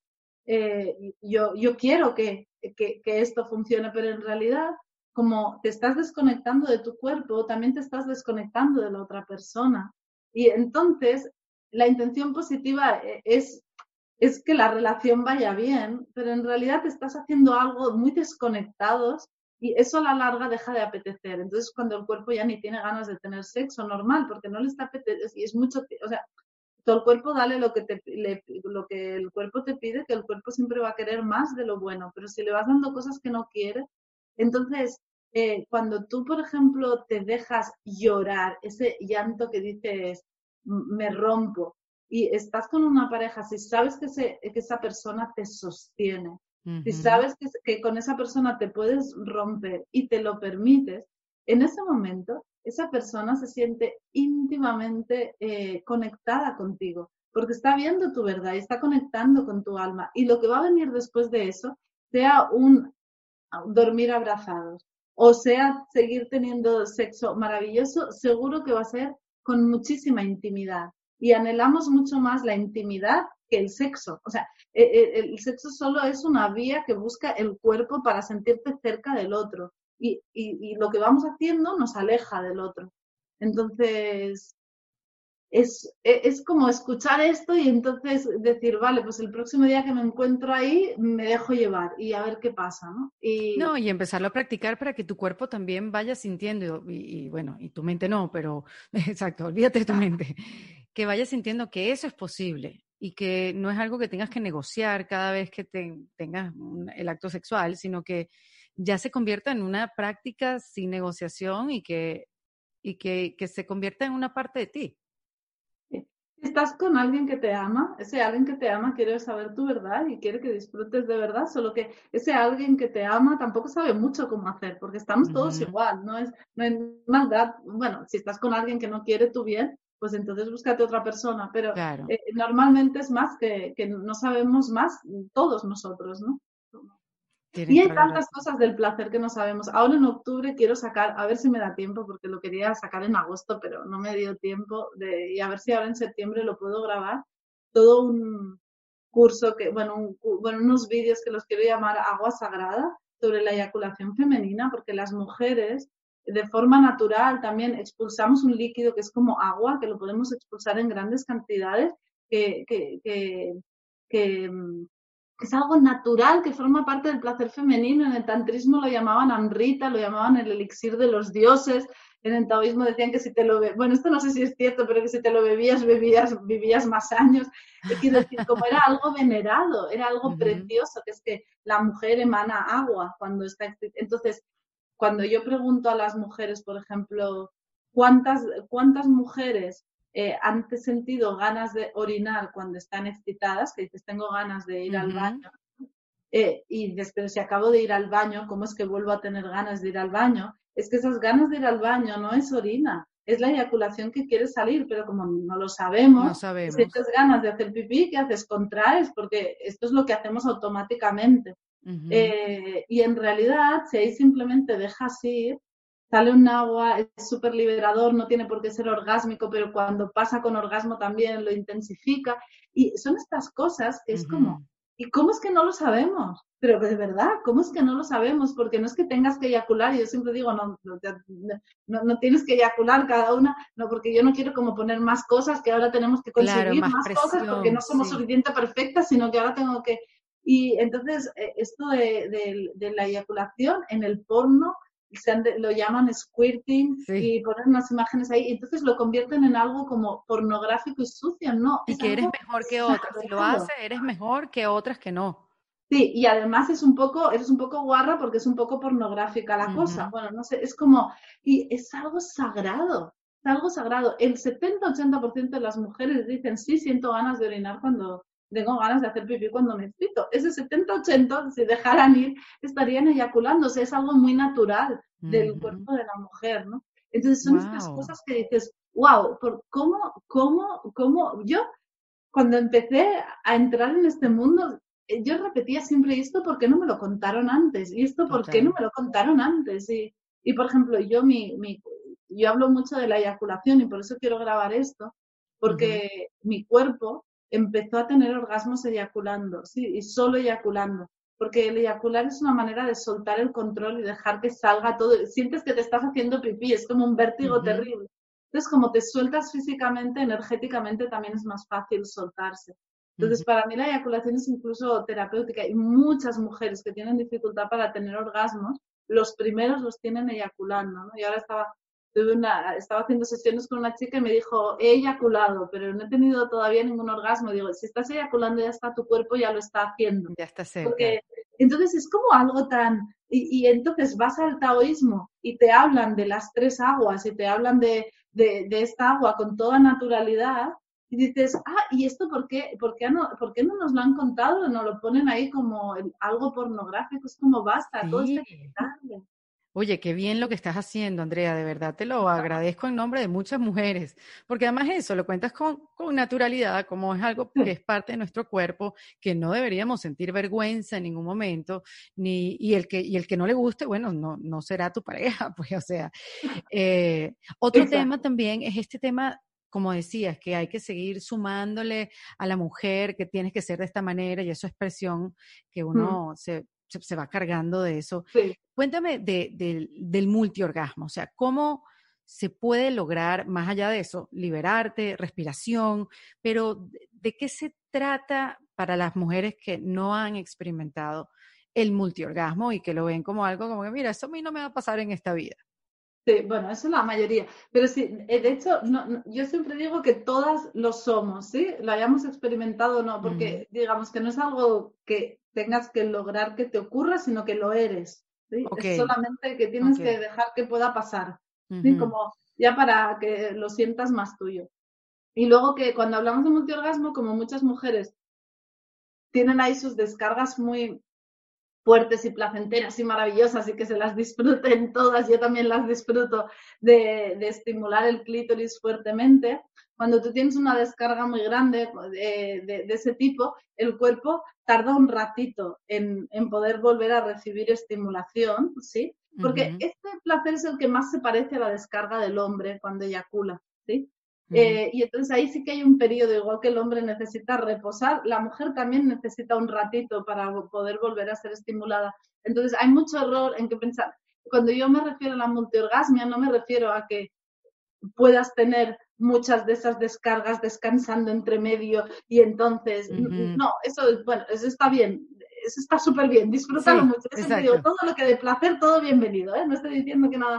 yo quiero que esto funcione, pero en realidad como te estás desconectando de tu cuerpo, también te estás desconectando de la otra persona. Y entonces, la intención positiva es que la relación vaya bien, pero en realidad te estás haciendo algo muy desconectados y eso a la larga deja de apetecer. Entonces, cuando el cuerpo ya ni tiene ganas de tener sexo normal, porque no le está apeteciendo, y es mucho, o sea, todo el cuerpo dale lo que el cuerpo te pide, que el cuerpo siempre va a querer más de lo bueno, pero si le vas dando cosas que no quiere, entonces cuando tú, por ejemplo, te dejas llorar, ese llanto que dices, me rompo, y estás con una pareja, si sabes que esa persona te sostiene, si Ujú. sabes que con esa persona te puedes romper y te lo permites, en ese momento esa persona se siente íntimamente conectada contigo, porque está viendo tu verdad y está conectando con tu alma. Y lo que va a venir después de eso, sea un dormir abrazados, o sea seguir teniendo sexo maravilloso, seguro que va a ser con muchísima intimidad. Y anhelamos mucho más la intimidad que el sexo. O sea, el sexo solo es una vía que busca el cuerpo para sentirte cerca del otro y lo que vamos haciendo nos aleja del otro. Entonces, es como escuchar esto y entonces decir, vale, pues el próximo día que me encuentro ahí me dejo llevar y a ver qué pasa, ¿no? No, y empezarlo a practicar para que tu cuerpo también vaya sintiendo, y bueno, y tu mente no, pero exacto, olvídate de tu mente, que vaya sintiendo que eso es posible y que no es algo que tengas que negociar cada vez que tengas el acto sexual, sino que ya se convierta en una práctica sin negociación y que se convierta en una parte de ti. Si estás con alguien que te ama, ese alguien que te ama quiere saber tu verdad y quiere que disfrutes de verdad, solo que ese alguien que te ama tampoco sabe mucho cómo hacer, porque estamos todos Ujú. igual, no hay maldad. Bueno, si estás con alguien que no quiere tu bien, pues entonces búscate otra persona, pero Claro, normalmente es más que no sabemos más todos nosotros, ¿no? Y tienes hay toda la tantas razón. cosas del placer que no sabemos. Ahora en octubre quiero sacar, a ver si me da tiempo, porque lo quería sacar en agosto, pero no me dio tiempo, y a ver si ahora en septiembre lo puedo grabar. Todo un curso bueno, bueno, unos vídeos que los quiero llamar Agua Sagrada sobre la eyaculación femenina, porque las mujeres de forma natural también expulsamos un líquido que es como agua, que lo podemos expulsar en grandes cantidades, que, que, que, que, que es algo natural, que forma parte del placer femenino. En el tantrismo lo llamaban Amrita, lo llamaban el elixir de los dioses, en el taoísmo decían que si te lo bueno, esto no sé si es cierto, pero que si te lo bebías, vivías más años. Quiero decir, como era algo venerado, era algo Ujú. precioso, que es que la mujer emana agua cuando está. Entonces, cuando yo pregunto a las mujeres, por ejemplo, ¿cuántas mujeres han sentido ganas de orinar cuando están excitadas? Que dices, tengo ganas de ir al Ujú. baño. Y después, si acabo de ir al baño, ¿cómo es que vuelvo a tener ganas de ir al baño? Es que esas ganas de ir al baño no es orina, es la eyaculación que quiere salir, pero como no lo No sabemos, sabemos. sientes ganas de hacer pipí, ¿qué haces? Contraes, porque esto es lo que hacemos automáticamente. Ujú. Y en realidad, si ahí simplemente dejas ir, sale un agua, es súper liberador, no tiene por qué ser orgásmico, pero cuando pasa con orgasmo también lo intensifica. Y son estas cosas que es como, Ujú. ¿y cómo es que no lo sabemos? Pero de verdad, ¿cómo es que no lo sabemos? Porque no es que tengas que eyacular, y yo siempre digo, no tienes que eyacular cada una, no, porque yo no quiero como poner más cosas, que ahora tenemos que Claro, conseguir más más cosas porque presión, no somos sí. suficiente perfectas, sino que ahora tengo que. Y entonces, esto de la eyaculación en el porno, lo llaman squirting Sí. y ponen unas imágenes ahí, y entonces lo convierten en algo como pornográfico y sucio. No, Y es que eres algo mejor que otras. Si lo haces, sagrado. eres mejor que otras que no. Sí, y además eres un poco guarra porque es un poco pornográfica la cosa. Ujú. Bueno, no sé, es como, y es algo sagrado, es algo sagrado. El 70-80% de las mujeres dicen, sí, siento ganas de orinar cuando tengo ganas de hacer pipí cuando me excito. Ese 70-80, si dejaran ir, estarían eyaculándose. Es algo muy natural del Ujú. cuerpo de la mujer, ¿no? Entonces son estas Wow. cosas que dices, wow, yo cuando empecé a entrar en este mundo, yo repetía siempre esto, ¿por qué no me lo contaron antes? Y esto, ¿por qué no Total. me lo contaron antes? Y por ejemplo, yo hablo mucho de la eyaculación y por eso quiero grabar esto, Ujú. porque mi cuerpo empezó a tener orgasmos eyaculando, sí, y solo eyaculando. Porque el eyacular es una manera de soltar el control y dejar que salga todo. Sientes que te estás haciendo pipí, es como un vértigo Ujú. terrible. Entonces, como te sueltas físicamente, energéticamente también es más fácil soltarse. Entonces, Ujú. para mí la eyaculación es incluso terapéutica y muchas mujeres que tienen dificultad para tener orgasmos, los primeros los tienen eyaculando, ¿no? Y ahora estaba haciendo sesiones con una chica y me dijo, he eyaculado, pero no he tenido todavía ningún orgasmo. Digo, si estás eyaculando ya está, tu cuerpo ya lo está haciendo. Ya está cerca. Porque entonces es como algo tan. Y entonces vas al taoísmo y te hablan de las tres aguas y te hablan de esta agua con toda naturalidad. Y dices, ¿y esto por qué no nos lo han contado? Nos lo ponen ahí como algo pornográfico. Es como basta, todo esto Sí. hay que quitarle. Oye, qué bien lo que estás haciendo, Andrea, de verdad te lo agradezco en nombre de muchas mujeres, porque además eso lo cuentas con naturalidad, como es algo que es parte de nuestro cuerpo, que no deberíamos sentir vergüenza en ningún momento, y el que no le guste, bueno, no será tu pareja, pues, o sea. Otro tema Exacto. también es este tema, como decías, que hay que seguir sumándole a la mujer, que tienes que ser de esta manera, y eso es presión que Mm, uno se va cargando de eso. sí. Cuéntame del multiorgasmo, o sea, ¿cómo se puede lograr, más allá de eso, liberarte, respiración, pero de qué se trata para las mujeres que no han experimentado el multiorgasmo y que lo ven como algo como que, mira, eso a mí no me va a pasar en esta vida? Sí, bueno, eso es la mayoría. Pero sí, de hecho, yo siempre digo que todas lo somos, ¿sí? Lo hayamos experimentado o no, Ujú. porque digamos que no es algo que tengas que lograr que te ocurra, sino que lo eres, ¿sí? Ok, Es solamente que tienes ok. que dejar que pueda pasar, ¿sí? Ujú. Como ya para que lo sientas más tuyo. Y luego que cuando hablamos de multiorgasmo, como muchas mujeres tienen ahí sus descargas muy fuertes y placenteras y maravillosas y que se las disfruten todas, yo también las disfruto de estimular el clítoris fuertemente. Cuando tú tienes una descarga muy grande de ese tipo, el cuerpo tarda un ratito en poder volver a recibir estimulación, ¿sí? Porque Ujú. este placer es el que más se parece a la descarga del hombre cuando eyacula, ¿sí? Ujú. Y entonces ahí sí que hay un periodo, igual que el hombre necesita reposar, la mujer también necesita un ratito para poder volver a ser estimulada. Entonces hay mucho error en que pensar, cuando yo me refiero a la multiorgasmia, no me refiero a que puedas tener muchas de esas descargas descansando entre medio y entonces, Ujú. no, bueno, eso está bien, eso está súper bien, disfrútalo Sí, mucho. Yo siempre digo, exacto. todo lo que de placer, todo bienvenido, ¿eh? No estoy diciendo que nada.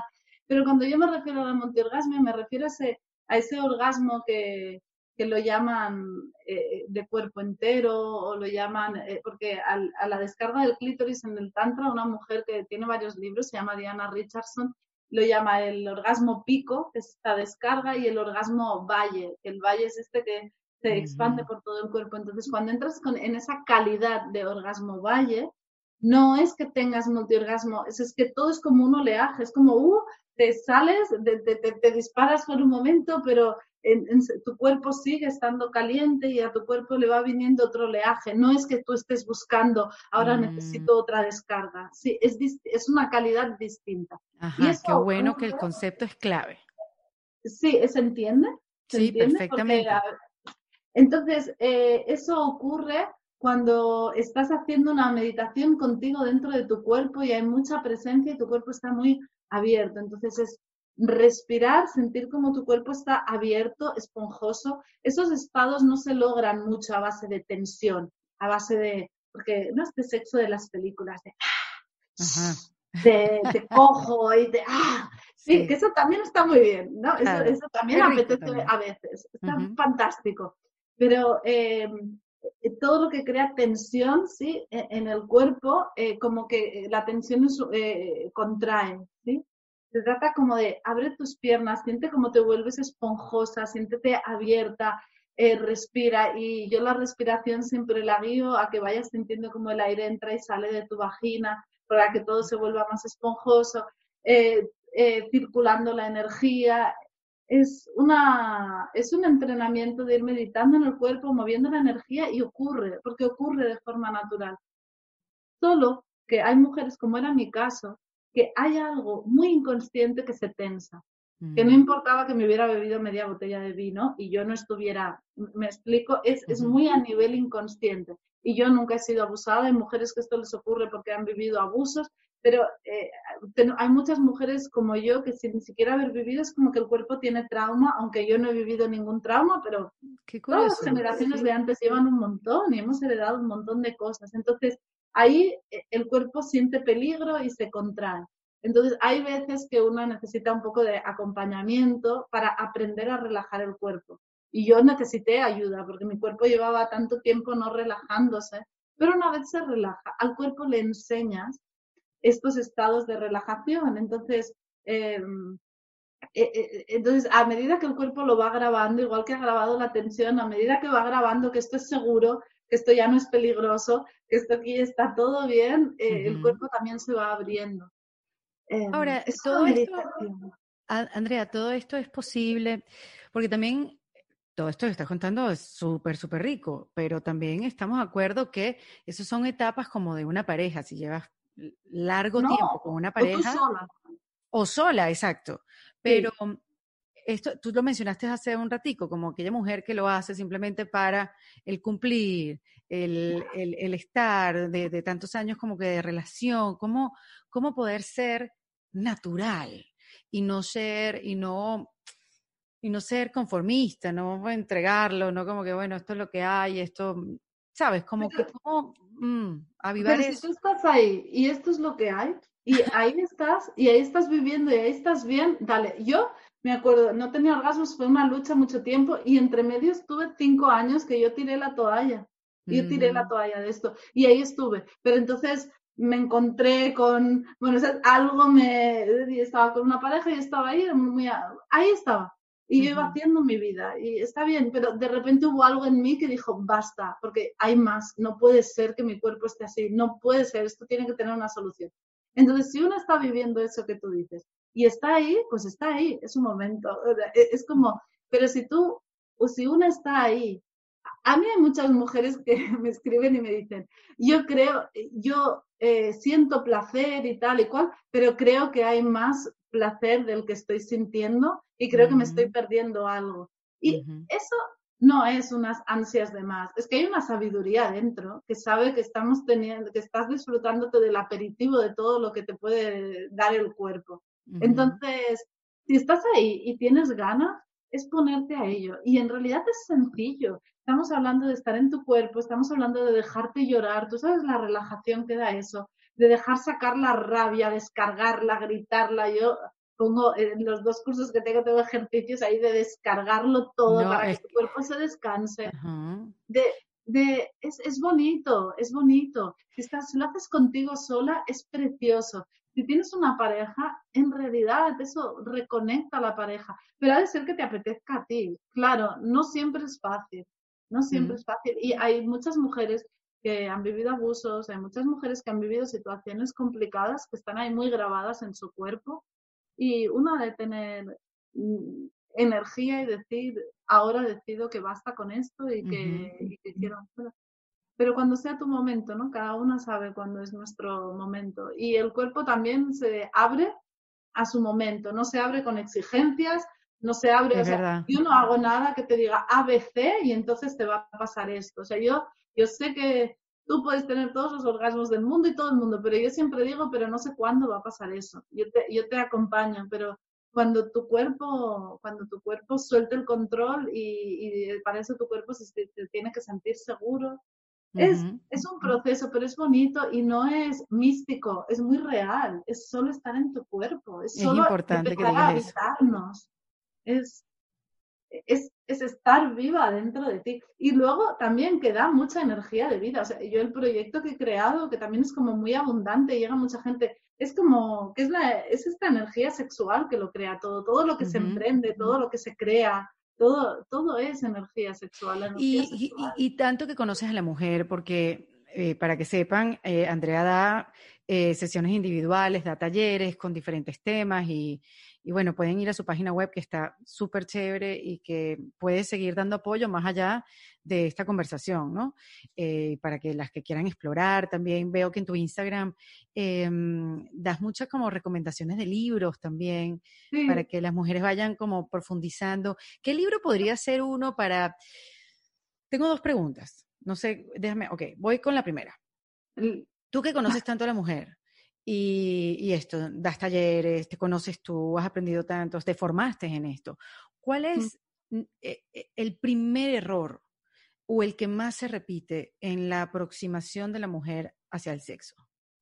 Pero cuando yo me refiero a la multiorgasmia, me refiero a ese orgasmo que lo llaman de cuerpo entero o lo llaman, porque a la descarga del clítoris en el tantra, una mujer que tiene varios libros, se llama Diana Richardson, lo llama el orgasmo pico, que es esta descarga, y el orgasmo valle, que el valle es este que se expande por todo el cuerpo. Entonces, cuando entras en esa calidad de orgasmo valle, no es que tengas multiorgasmo, es que todo es como un oleaje, es como, te sales, te disparas por un momento, pero tu cuerpo sigue estando caliente y a tu cuerpo le va viniendo otro oleaje. No es que tú estés buscando, ahora necesito otra descarga. Sí, es una calidad distinta. Y Ajá, eso qué bueno que ocurre, el concepto es clave. sí, ¿se entiende? ¿Se Sí, entiende? Porque perfectamente. entonces, eso ocurre cuando estás haciendo una meditación contigo dentro de tu cuerpo y hay mucha presencia y tu cuerpo está muy abierto. Entonces es respirar, sentir como tu cuerpo está abierto, esponjoso. Esos estados no se logran mucho a base de tensión, a base de, porque no es de sexo de las películas, Ajá. te cojo y sí, que Sí, eso también está muy bien, ¿no? claro. Eso también Es rico apetece también. a veces, está Ujú. fantástico. Pero todo lo que crea tensión, ¿sí? En el cuerpo, como que la tensión contrae, ¿sí? Se trata como de abre tus piernas, siente como te vuelves esponjosa, siéntete abierta, respira. Y yo la respiración siempre la guío a que vayas sintiendo como el aire entra y sale de tu vagina para que todo se vuelva más esponjoso, circulando la energía. Es un entrenamiento de ir meditando en el cuerpo, moviendo la energía y ocurre, porque ocurre de forma natural. Solo que hay mujeres, como era mi caso, que hay algo muy inconsciente que se tensa, que no Mm, importaba que me hubiera bebido media botella de vino y yo no estuviera, me explico, es ujú. muy a nivel inconsciente. Y yo nunca he sido abusada, hay mujeres que esto les ocurre porque han vivido abusos, pero hay muchas mujeres como yo que sin ni siquiera haber vivido es como que el cuerpo tiene trauma, aunque yo no he vivido ningún trauma, pero Qué todas las curioso. generaciones de Sí. antes llevan un montón y hemos heredado un montón de cosas. Entonces, ahí el cuerpo siente peligro y se contrae. Entonces, hay veces que uno necesita un poco de acompañamiento para aprender a relajar el cuerpo. Y yo necesité ayuda porque mi cuerpo llevaba tanto tiempo no relajándose, pero una vez se relaja, al cuerpo le enseñas estos estados de relajación. Entonces, a medida que el cuerpo lo va grabando, igual que ha grabado la tensión, a medida que va grabando que esto es seguro, que esto ya no es peligroso, que esto aquí está todo bien, el Ujú. cuerpo también se va abriendo. Ahora, Es una todo esto, meditación. Andrea, todo esto es posible, porque también todo esto que estás contando es súper, súper rico, pero también estamos de acuerdo que esas son etapas como de una pareja. Si llevas largo No, tiempo con una o tú pareja sola. o sola, exacto. Pero Sí, esto, tú lo mencionaste hace un ratico, como aquella mujer que lo hace simplemente para el cumplir, el estar de tantos años como que de relación, cómo poder ser natural y no ser, y no ser conformista, no entregarlo, no como que, bueno, esto es lo que hay, esto, ¿sabes? Como que, como avivar pero si eso. tú estás ahí y esto es lo que hay, y ahí estás viviendo y ahí estás bien, dale. Yo me acuerdo, no tenía orgasmos, fue una lucha mucho tiempo y entre medio estuve 5 años que yo tiré la toalla. Yo tiré la Ujú, toalla de esto y ahí estuve. Pero entonces me encontré con, bueno, o sea, algo y estaba con una pareja y estaba ahí, ahí estaba. Y yo iba ujú, haciendo mi vida y está bien, pero de repente hubo algo en mí que dijo, basta, porque hay más, no puede ser que mi cuerpo esté así, no puede ser, esto tiene que tener una solución. Entonces, si uno está viviendo eso que tú dices y está ahí, pues está ahí, es un momento, es como, pero si tú, o si uno está ahí, a mí hay muchas mujeres que me escriben y me dicen, yo siento placer y tal y cual, pero creo que hay más placer del que estoy sintiendo y creo que me estoy ujú, perdiendo algo. Y ujú. eso no es unas ansias de más, es que hay una sabiduría dentro que sabe que estamos teniendo, que estás disfrutándote del aperitivo de todo lo que te puede dar el cuerpo. Ujú, Entonces, si estás ahí y tienes ganas, es ponerte a ello. Y en realidad es sencillo. Estamos hablando de estar en tu cuerpo, estamos hablando de dejarte llorar. Tú sabes la relajación que da eso, de dejar sacar la rabia, descargarla, gritarla. Yo, pongo en los 2 cursos que tengo ejercicios ahí de descargarlo todo No, para que es tu cuerpo se descanse. ajá. De, es bonito, es bonito. Si lo haces contigo sola, es precioso. Si tienes una pareja, en realidad eso reconecta a la pareja, pero ha de ser que te apetezca a ti. Claro, no siempre es fácil, no siempre Mm, es fácil. Y hay muchas mujeres que han vivido abusos, hay muchas mujeres que han vivido situaciones complicadas que están ahí muy grabadas en su cuerpo y uno ha de tener energía y decir, ahora decido que basta con esto ujú. y que quiero. Pero cuando sea tu momento, ¿no? Cada una sabe cuándo es nuestro momento. Y el cuerpo también se abre a su momento, no se abre con exigencias, no se abre, Es o sea, verdad. yo no hago nada que te diga A, B, C y entonces te va a pasar esto. O sea, yo sé que tú puedes tener todos los orgasmos del mundo y todo el mundo, pero yo siempre digo, pero no sé cuándo va a pasar eso. Yo te acompaño, pero cuando tu cuerpo suelte el control y para eso tu cuerpo se tiene que sentir seguro. Ujú. Es un proceso, pero es bonito y no es místico, es muy real, es solo estar en tu cuerpo, es Es solo importante que empezar digas a eso. habitarnos, es, es estar viva dentro de ti. Y luego también que da mucha energía de vida. O sea, yo el proyecto que he creado, que también es como muy abundante, llega mucha gente, es como que es esta energía sexual que lo crea todo, todo lo que se Ujú. emprende, todo lo que se crea, todo es energía sexual, la energía sexual. Y tanto que conoces a la mujer, porque para que sepan, Andrea da sesiones individuales, da talleres con diferentes temas y bueno, pueden ir a su página web que está súper chévere y que puede seguir dando apoyo más allá de esta conversación, ¿no? Para que las que quieran explorar, también veo que en tu Instagram das muchas como recomendaciones de libros también, para Sí. que las mujeres vayan como profundizando. ¿Qué libro podría ser uno para... Tengo dos preguntas. No sé, déjame, ok, voy con la primera. Tú que conoces tanto a la mujer y esto, das talleres, te conoces tú, has aprendido tanto, te formaste en esto. ¿Cuál es el primer error o el que más se repite en la aproximación de la mujer hacia el sexo?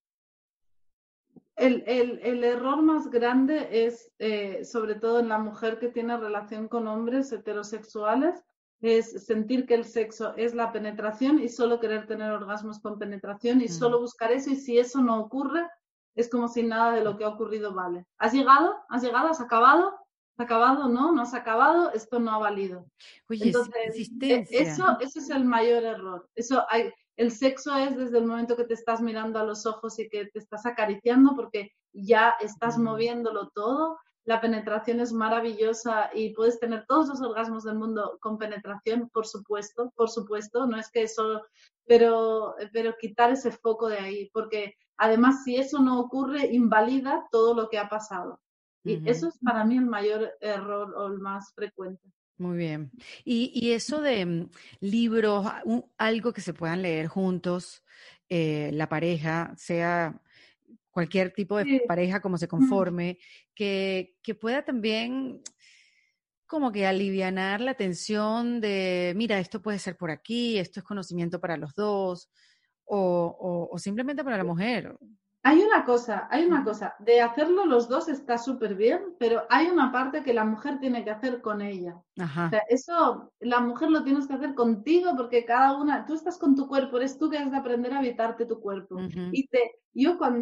El error más grande es, sobre todo en la mujer que tiene relación con hombres heterosexuales, es sentir que el sexo es la penetración y solo querer tener orgasmos con penetración y Mm. solo buscar eso y si eso no ocurre, es como si nada de lo que ha ocurrido vale. ¿Has llegado? ¿Has llegado? ¿Has acabado? ¿Has acabado? No, no has acabado, esto no ha valido. Oye, Entonces, insistencia. eso es el mayor error. El sexo es desde el momento que te estás mirando a los ojos y que te estás acariciando porque ya estás Mm. moviéndolo todo. La penetración es maravillosa y puedes tener todos los orgasmos del mundo con penetración, por supuesto, no es que eso, pero quitar ese foco de ahí, porque además si eso no ocurre, invalida todo lo que ha pasado. Y Ujú. eso es para mí el mayor error o el más frecuente. Muy bien. Y eso de libros, algo que se puedan leer juntos, la pareja, sea cualquier tipo de Sí. pareja como se conforme, que pueda también como que alivianar la tensión de, mira, esto puede ser por aquí, esto es conocimiento para los dos, o simplemente para la mujer. Hay una cosa, de hacerlo los dos está súper bien, pero hay una parte que la mujer tiene que hacer con ella. O Ajá. sea, eso la mujer lo tienes que hacer contigo porque cada una, tú estás con tu cuerpo, eres tú que has de aprender a habitarte tu cuerpo. Ujú. Yo cuando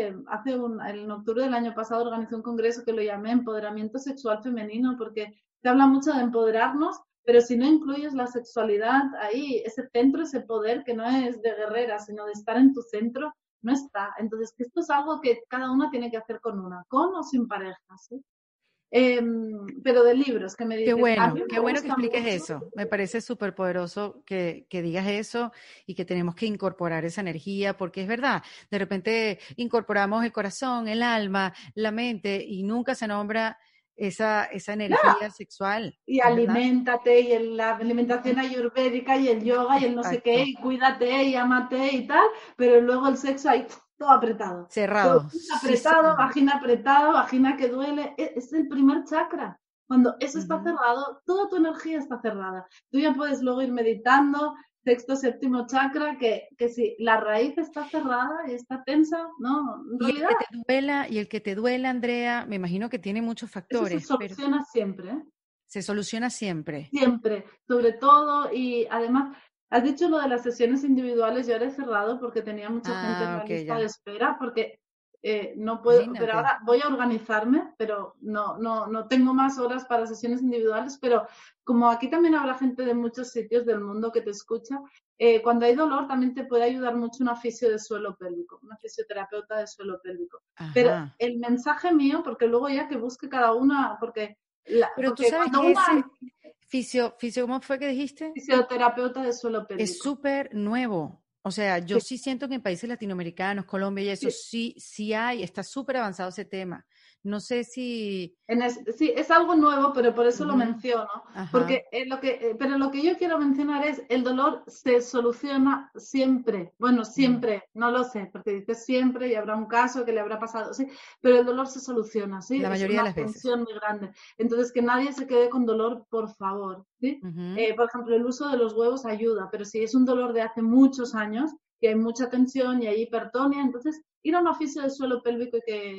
en octubre del año pasado organizé un congreso que lo llamé Empoderamiento Sexual Femenino porque se habla mucho de empoderarnos, pero si no incluyes la sexualidad ahí, ese centro, ese poder que no es de guerrera, sino de estar en tu centro, no está. Entonces, que esto es algo que cada una tiene que hacer con o sin pareja, ¿sí? Pero de libros que me dices, a mí Qué me bueno que gusta expliques mucho. eso. Me parece súper poderoso que digas eso y que tenemos que incorporar esa energía, porque es verdad, de repente incorporamos el corazón, el alma, la mente y nunca se nombra esa energía sexual, Y ¿es verdad? aliméntate, y la alimentación ayurvédica, y el yoga, y el no sé qué, Exacto. y cuídate, y amate y tal, pero luego el sexo ahí todo apretado. Todo Cerrado. Sí, sí. apretado, vagina que duele. Es el primer chakra. Cuando eso está Ujú. cerrado, toda tu energía está cerrada. Tú ya puedes luego ir meditando, sexto, séptimo chakra, que si la raíz está cerrada y está tensa, no, en Y el realidad que te duela, Andrea, me imagino que tiene muchos eso se factores, pero soluciona siempre, ¿eh? se soluciona siempre. Siempre, sobre todo, y además, has dicho lo de las sesiones individuales, yo ahora he cerrado porque tenía mucha gente en Ah, la ok, lista de ya. espera, porque no puedo, pero Imagínate. ahora voy a organizarme, pero no tengo más horas para sesiones individuales, pero como aquí también habrá gente de muchos sitios del mundo que te escucha, cuando hay dolor también te puede ayudar mucho una fisio de suelo pélvico, una fisioterapeuta de suelo pélvico. Pero Ajá. el mensaje mío, porque luego ya que busque cada una, porque, Pero tú porque sabes cuando que una ese ¿cómo fue que dijiste? fisioterapeuta de suelo Es pélvico. súper nuevo. O sea, yo Sí, sí siento que en países latinoamericanos, Colombia y eso, sí. sí hay, está súper avanzado ese tema. No sé si... Sí, es algo nuevo, pero por eso lo Ujú, menciono, ajá. porque pero lo que yo quiero mencionar es el dolor se soluciona siempre. Bueno, Mm, siempre, no lo sé, porque dices siempre y habrá un caso que le habrá pasado, sí, pero el dolor se soluciona, sí, la es mayoría una de las veces. tensión muy grande. Entonces, que nadie se quede con dolor, por favor, ¿sí? Ujú. Por ejemplo, el uso de los huevos ayuda, pero si es un dolor de hace muchos años y hay mucha tensión y hay hipertonia, entonces ir a un oficio de suelo pélvico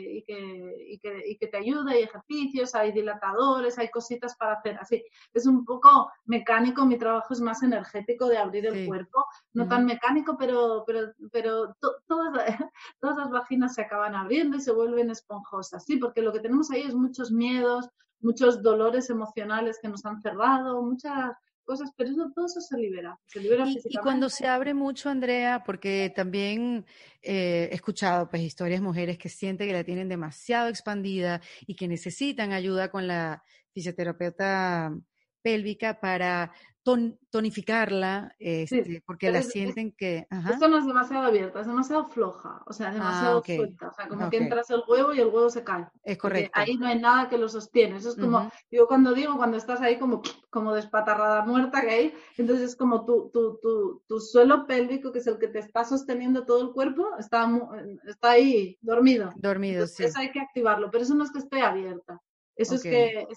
y que te ayude, hay ejercicios, hay dilatadores, hay cositas para hacer. Así, es un poco mecánico, mi trabajo es más energético de abrir el Sí. cuerpo, no tan Ujú. mecánico, pero todas las vaginas se acaban abriendo y se vuelven esponjosas, sí, porque lo que tenemos ahí es muchos miedos, muchos dolores emocionales que nos han cerrado, muchas cosas, pero todo eso se libera Y cuando físicamente. se abre mucho, Andrea, porque también he escuchado pues historias de mujeres que sienten que la tienen demasiado expandida y que necesitan ayuda con la fisioterapeuta pélvica para tonificarla, Sí, porque pero la sienten que, ajá, esto no es demasiado abierta, es demasiado floja, o sea, ah, demasiado ok, suelta, o sea, como que ok, entras el huevo y el huevo se cae, es porque correcto. ahí no hay nada que lo sostiene. Eso es como, Ujú. yo cuando digo, cuando estás ahí como despatarrada muerta que hay, entonces es como tu suelo pélvico, que es el que te está sosteniendo todo el cuerpo, está ahí dormido. Dormido, Entonces eso sí, hay que activarlo, pero eso no es que esté abierta. ok.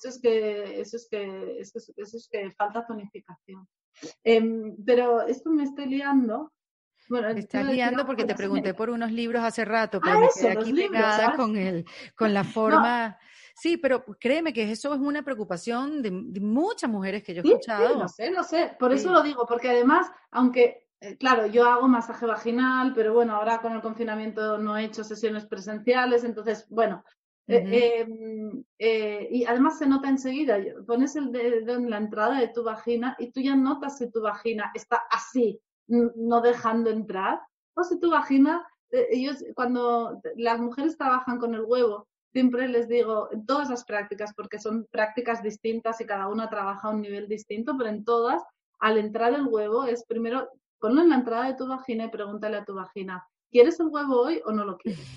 Eso es que falta tonificación. Pero esto me estoy liando. Bueno, Me te estás iba a decir liando algo, porque te pero se me... pregunté por unos libros hace rato, Ah, pero me quedé eso, los aquí libros, pegada ¿sabes? con la No, forma. Sí, pero créeme que eso es una preocupación de muchas mujeres que yo he sí, sí, lo escuchado. sé, lo sé. Por eso Sí. lo digo, porque además, aunque, claro, yo hago masaje vaginal, pero bueno, ahora con el confinamiento no he hecho sesiones presenciales, entonces, bueno. Ujú. Y además se nota enseguida, pones el dedo en la entrada de tu vagina y tú ya notas si tu vagina está así, no dejando entrar, o si tu vagina, ellos, cuando las mujeres trabajan con el huevo, siempre les digo, en todas las prácticas, porque son prácticas distintas y cada una trabaja a un nivel distinto, pero en todas, al entrar el huevo, es primero ponlo en la entrada de tu vagina y pregúntale a tu vagina, ¿quieres el huevo hoy o no lo quieres?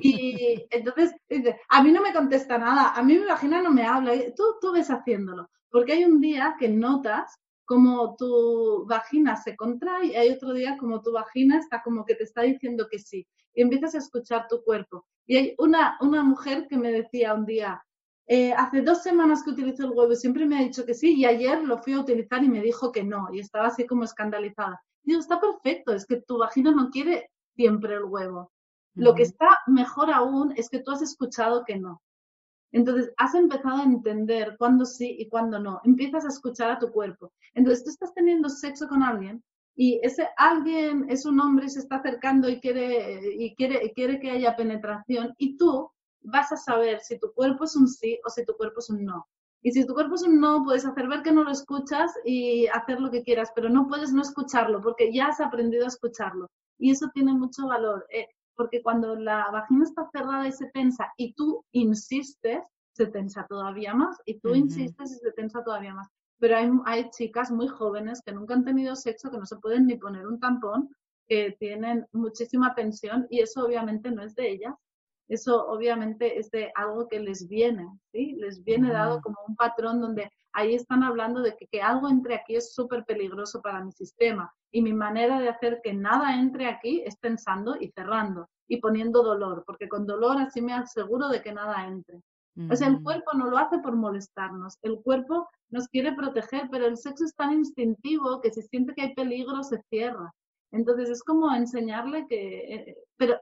Y entonces, dice, a mí no me contesta nada, a mí mi vagina no me habla, y tú ves haciéndolo, porque hay un día que notas como tu vagina se contrae y hay otro día como tu vagina está como que te está diciendo que sí y empiezas a escuchar tu cuerpo. Y hay una mujer que me decía un día, hace 2 semanas que utilizo el huevo y siempre me ha dicho que sí y ayer lo fui a utilizar y me dijo que no y estaba así como escandalizada. Y digo, está perfecto, es que tu vagina no quiere siempre el huevo. Lo que Ujú. está mejor aún es que tú has escuchado que no. Entonces, has empezado a entender cuándo sí y cuándo no. Empiezas a escuchar a tu cuerpo. Entonces, tú estás teniendo sexo con alguien y ese alguien es un hombre y se está acercando y quiere que haya penetración y tú vas a saber si tu cuerpo es un sí o si tu cuerpo es un no. Y si tu cuerpo es un no, puedes hacer ver que no lo escuchas y hacer lo que quieras, pero no puedes no escucharlo porque ya has aprendido a escucharlo. Y eso tiene mucho valor. Porque cuando la vagina está cerrada y se tensa y tú insistes, se tensa todavía más y tú Ujú. insistes y se tensa todavía más. Pero hay chicas muy jóvenes que nunca han tenido sexo, que no se pueden ni poner un tampón, que tienen muchísima tensión y eso obviamente no es de ellas. Eso obviamente es de algo que les viene, ¿sí? Les viene dado Ujú. como un patrón donde ahí están hablando de que algo entre aquí es súper peligroso para mi sistema y mi manera de hacer que nada entre aquí es tensando y cerrando y poniendo dolor, porque con dolor así me aseguro de que nada entre. O sea, el Ujú. cuerpo no lo hace por molestarnos, el cuerpo nos quiere proteger, pero el sexo es tan instintivo que si siente que hay peligro se cierra. Entonces es como enseñarle que, pero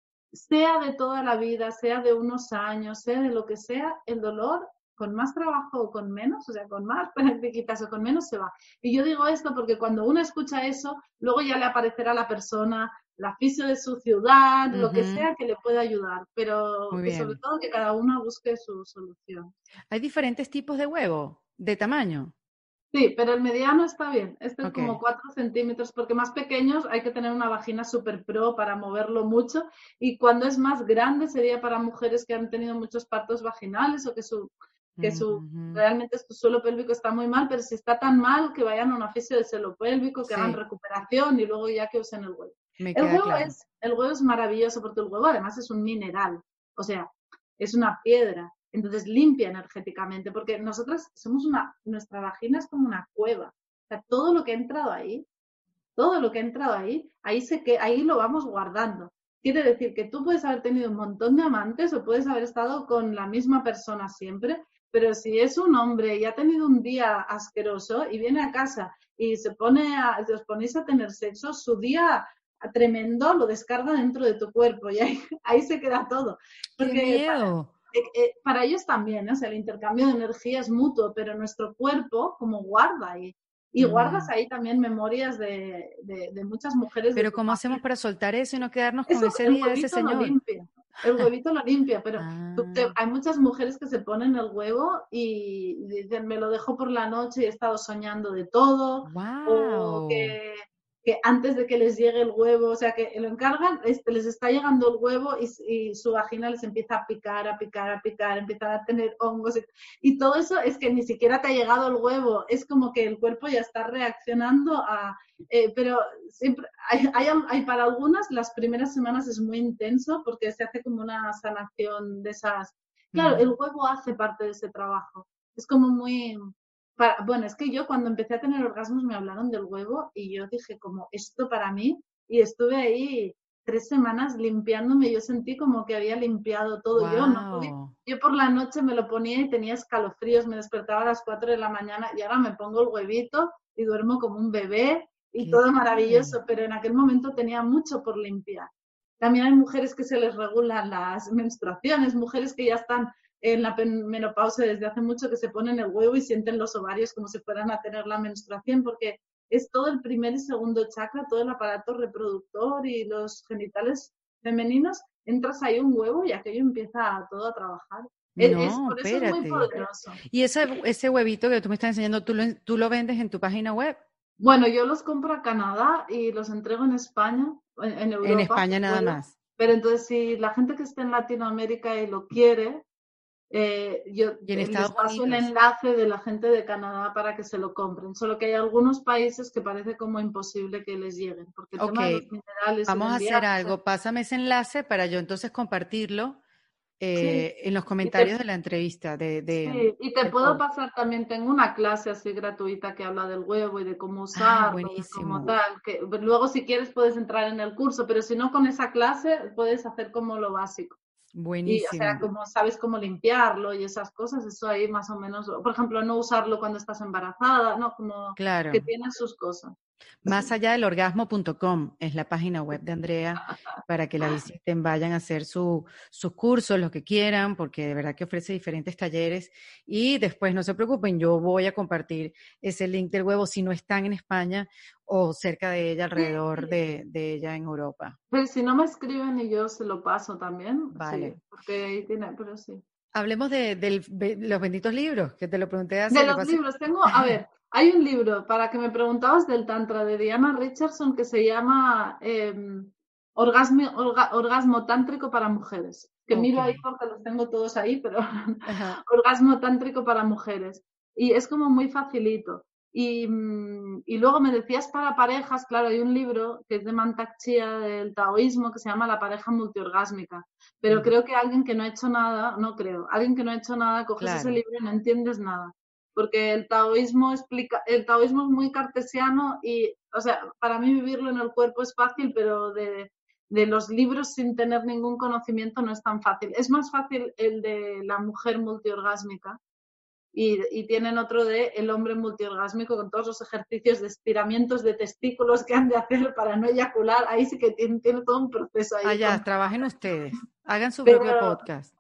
sea de toda la vida, sea de unos años, sea de lo que sea, el dolor, con más trabajo o con menos, o sea, con más prácticas o con menos, se va. Y yo digo esto porque cuando uno escucha eso, luego ya le aparecerá la persona, la fisio de su ciudad, lo que Ujú. sea que le pueda ayudar, pero Muy que sobre bien. todo que cada uno busque su solución. Hay diferentes tipos de huevo, de tamaño. Sí, pero el mediano está bien. Este es como Ok. 4 centímetros, porque más pequeños hay que tener una vagina super pro para moverlo mucho. Y cuando es más grande sería para mujeres que han tenido muchos partos vaginales o que su Ujú. realmente su suelo pélvico está muy mal, pero si está tan mal que vayan a una fisio del suelo pélvico, que hagan Sí, recuperación y luego ya que usen el huevo. me El queda huevo claro. es, el huevo es maravilloso porque el huevo además es un mineral. O sea, es una piedra, entonces limpia energéticamente, porque nosotras somos nuestra vagina es como una cueva, o sea, todo lo que ha entrado ahí, todo lo que ha entrado ahí, ahí lo vamos guardando. Quiere decir que tú puedes haber tenido un montón de amantes o puedes haber estado con la misma persona siempre, pero si es un hombre y ha tenido un día asqueroso y viene a casa y os ponéis a tener sexo, su día tremendo lo descarga dentro de tu cuerpo y ahí se queda todo. ¡Qué Porque miedo! para ellos también, ¿no? O sea, el intercambio de energía es mutuo, pero nuestro cuerpo como guarda ahí. Y guardas Mm. ahí también memorias de muchas mujeres de Pero tu ¿cómo hacemos familia. para soltar eso y no quedarnos con Eso ese el día de ese huevito lo señor? limpia. El huevito lo limpia, pero Ah, hay muchas mujeres que se ponen el huevo y dicen, me lo dejo por la noche y he estado soñando de todo, o wow. que antes de que les llegue el huevo, o sea, que lo encargan, les está llegando el huevo y su vagina les empieza a picar, a picar, a picar, empiezan a tener hongos y todo eso es que ni siquiera te ha llegado el huevo, es como que el cuerpo ya está reaccionando pero siempre para algunas las primeras semanas es muy intenso porque se hace como una sanación de esas. Claro, el Ujú. huevo hace parte de ese trabajo. Es como muy. Bueno, es que yo cuando empecé a tener orgasmos me hablaron del huevo y yo dije como esto para mí y estuve ahí 3 semanas limpiándome. Yo sentí como que había limpiado todo. Yo no podía. Wow. Yo por la noche me lo ponía y tenía escalofríos, me despertaba a las 4 de la mañana y ahora me pongo el huevito y duermo como un bebé y Qué todo chévere. maravilloso, pero en aquel momento tenía mucho por limpiar. También hay mujeres que se les regulan las menstruaciones, mujeres que ya están en la menopausia desde hace mucho que se ponen el huevo y sienten los ovarios como si fueran a tener la menstruación, porque es todo el primer y segundo chakra, todo el aparato reproductor y los genitales femeninos, entras ahí un huevo y aquello empieza todo a trabajar. No, Por eso es muy espérate. poderoso. Y ese huevito que tú me estás enseñando, tú lo vendes en tu página web? Bueno, yo los compro a Canadá y los entrego en España, en En Europa, si España nada puedo. más. Pero entonces, si la gente que esté en Latinoamérica y lo quiere, yo Y en les Estados paso el Unidos. enlace de la gente de Canadá para que se lo compren. Solo que hay algunos países que parece como imposible que les lleguen, porque el Ok, tema de los minerales y de vamos a hacer enviarse. algo. Pásame ese enlace para yo entonces compartirlo Sí, en los y te, comentarios de la entrevista sí, y te del puedo post. pasar también, tengo una clase así gratuita que habla del huevo y de cómo Ay, usarlo, de cómo buenísimo, tal, que luego si quieres puedes entrar en el curso, pero si no con esa clase puedes hacer como lo básico. Y, o sea, buenísimo. como sabes cómo limpiarlo y esas cosas, eso ahí más o menos, por ejemplo, no usarlo cuando estás embarazada, ¿no? Como que Claro. tiene sus cosas. Más Sí. allá del orgasmo.com es la página web de Andrea para que la visiten, vayan a hacer sus cursos, lo que quieran, porque de verdad que ofrece diferentes talleres. Y después no se preocupen, yo voy a compartir ese link del huevo si no están en España o cerca de ella, alrededor de ella en Europa. Pero si no me escriben y yo se lo paso también, sí, Vale. porque ahí tiene, pero sí. Hablemos de los benditos libros, que te lo pregunté De hace, lo que los pasa es libros, a ver, hay un libro para que me preguntabas del Tantra de Diana Richardson que se llama Orgasmo Tántrico para Mujeres. Que ok. miro ahí porque los tengo todos ahí, pero Ajá. Orgasmo Tántrico para Mujeres. Y es como muy facilito. Y luego me decías para parejas, claro, hay un libro que es de Mantak Chia del taoísmo que se llama La pareja multiorgásmica. Pero Ujú. creo que alguien que no ha hecho nada, no creo, alguien que no ha hecho nada, coges ese Claro. libro y no entiendes nada porque el taoísmo es muy cartesiano y, o sea, para mí vivirlo en el cuerpo es fácil, pero de los libros sin tener ningún conocimiento no es tan fácil. Es más fácil el de la mujer multiorgásmica y tienen otro de el hombre multiorgásmico con todos los ejercicios de estiramientos de testículos que han de hacer para no eyacular. Ahí sí que tiene todo un proceso ahí. Allá, trabajen ustedes, hagan su propio Pero, podcast.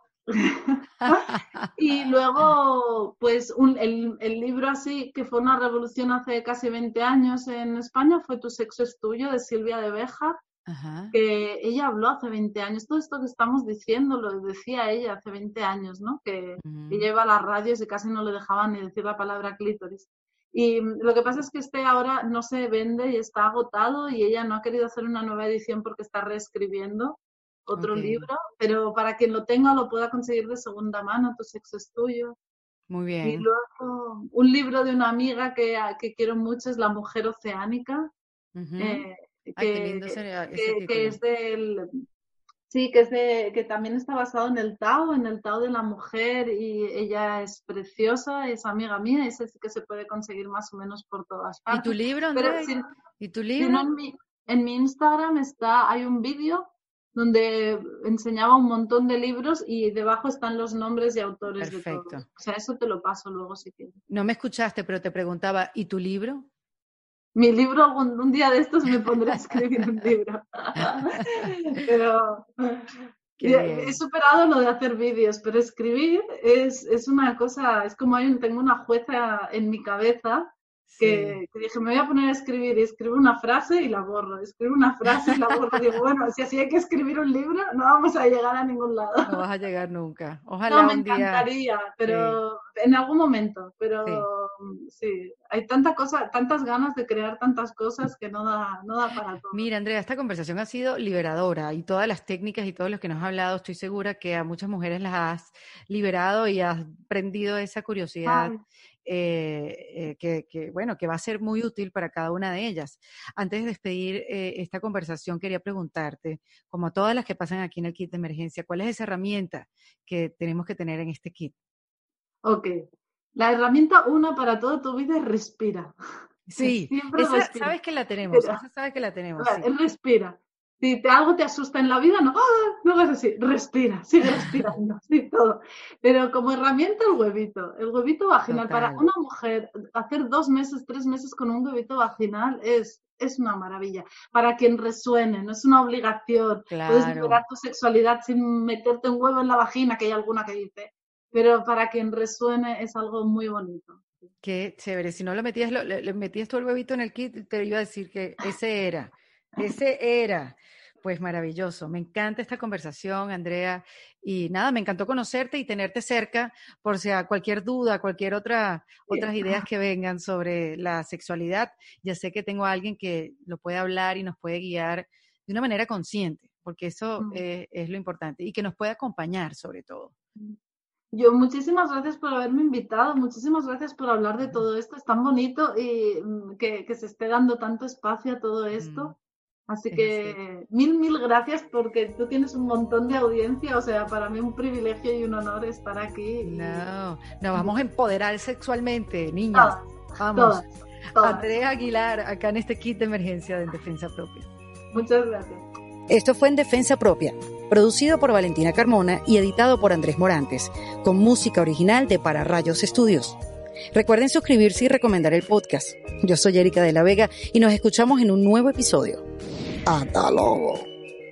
y luego, pues el libro así, que fue una revolución hace casi 20 años en España, fue Tu sexo es tuyo, de Silvia de Béjar, Ajá. que ella habló hace 20 años. Todo esto que estamos diciendo lo decía ella hace 20 años, ¿no? Que ella iba a las radios y casi no le dejaban ni decir la palabra clítoris. Y lo que pasa es que este ahora no se vende y está agotado y ella no ha querido hacer una nueva edición porque está reescribiendo otro libro, pero para quien lo tenga lo pueda conseguir de segunda mano. Tu sexo es tuyo. Muy Y bien. luego un libro de una amiga que quiero mucho es La mujer oceánica, Ay, qué lindo sería ese que título. es del... Sí, que también está basado en el Tao de la mujer, y ella es preciosa, es amiga mía, ese sí que se puede conseguir más o menos por todas ¿Y tu partes. libro, Pero Andrea? ¿Y tu si no, libro? en mi Instagram hay un vídeo donde enseñaba un montón de libros y debajo están los nombres y autores de Perfecto. todos. O sea, eso te lo paso luego si quieres. No me escuchaste, pero te preguntaba, ¿y tu libro? Mi libro, un día de estos me pondré a escribir un libro. Pero Qué he bien. superado lo de hacer vídeos, pero escribir es una cosa, es como tengo una jueza en mi cabeza Sí. que dije, me voy a poner a escribir y escribo una frase y la borro, escribo una frase y la borro. Digo, bueno, si así hay que escribir un libro, no vamos a llegar a ningún lado. No vas a llegar nunca. No, Ojalá me un día. encantaría, Sí, pero en algún momento, sí. pero sí, hay tanta cosa, tantas ganas de crear tantas cosas que no da para todo. Mira, Andrea, esta conversación ha sido liberadora y todas las técnicas y todos los que nos has hablado, estoy segura que a muchas mujeres las has liberado y has prendido esa curiosidad Ay, bueno, que va a ser muy útil para cada una de ellas. Antes de despedir esta conversación, quería preguntarte, como a todas las que pasan aquí en el kit de emergencia, ¿cuál es esa herramienta que tenemos que tener en este kit? ok. La herramienta una para toda tu vida es respira. Sí, Siempre esa respira. sabes que la tenemos, Respira. esa sabes que la tenemos, Vale, sí. respira. Si algo te asusta en la vida, no, no hagas así, respira, sigue respirando, sí, todo. Pero como herramienta el huevito vaginal, para Total, una mujer, hacer 2 meses, 3 meses con un huevito vaginal es una maravilla. Para quien resuene, no es una obligación. Puedes liberar claro. tu sexualidad sin meterte un huevo en la vagina, que hay alguna que dice, pero para quien resuene es algo muy bonito. Qué chévere. Si no lo metías, le metías tú el huevito en el kit, te iba a decir que ese era. Ese era. Pues maravilloso. Me encanta esta conversación, Andrea. Y nada, me encantó conocerte y tenerte cerca por si a cualquier duda, otras ideas que vengan sobre la sexualidad. Ya sé que tengo a alguien que lo puede hablar y nos puede guiar de una manera consciente, porque eso es lo importante y que nos puede acompañar sobre todo. Yo, muchísimas gracias por haberme invitado, muchísimas gracias por hablar de todo esto. Es tan bonito y que se esté dando tanto espacio a todo Mm, esto. Así es así. que mil gracias porque tú tienes un montón de audiencia. O sea, para mí un privilegio y un honor estar aquí. No, nos vamos a empoderar sexualmente, niñas. Todas, Vamos. todas, todas. Andrea Aguilar, acá en este kit de emergencia de En Defensa Propia. Muchas gracias. Esto fue En Defensa Propia, producido por Valentina Carmona y editado por Andrés Morantes, con música original de Para Rayos Estudios. Recuerden suscribirse y recomendar el podcast. Yo soy Erika de la Vega y nos escuchamos en un nuevo episodio. ¡Hasta luego!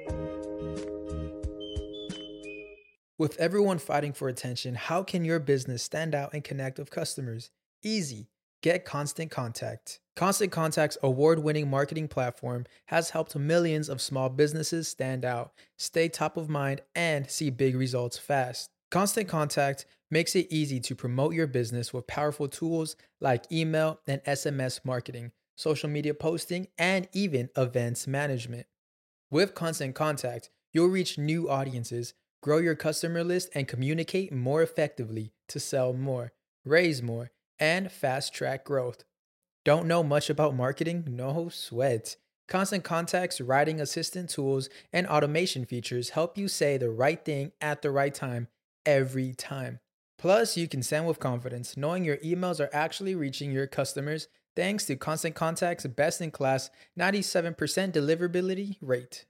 With everyone fighting for attention, how can your business stand out and connect with customers? Easy. Get Constant Contact. Constant Contact's award-winning marketing platform has helped millions of small businesses stand out, stay top of mind, and see big results fast. Constant Contact makes it easy to promote your business with powerful tools like email and SMS marketing, social media posting, and even events management. With Constant Contact, you'll reach new audiences, grow your customer list, and communicate more effectively to sell more, raise more, and fast track growth. Don't know much about marketing? No sweat. Constant Contact's writing assistant tools and automation features help you say the right thing at the right time every time. Plus, you can send with confidence, knowing your emails are actually reaching your customers thanks to Constant Contact's best in class 97% deliverability rate.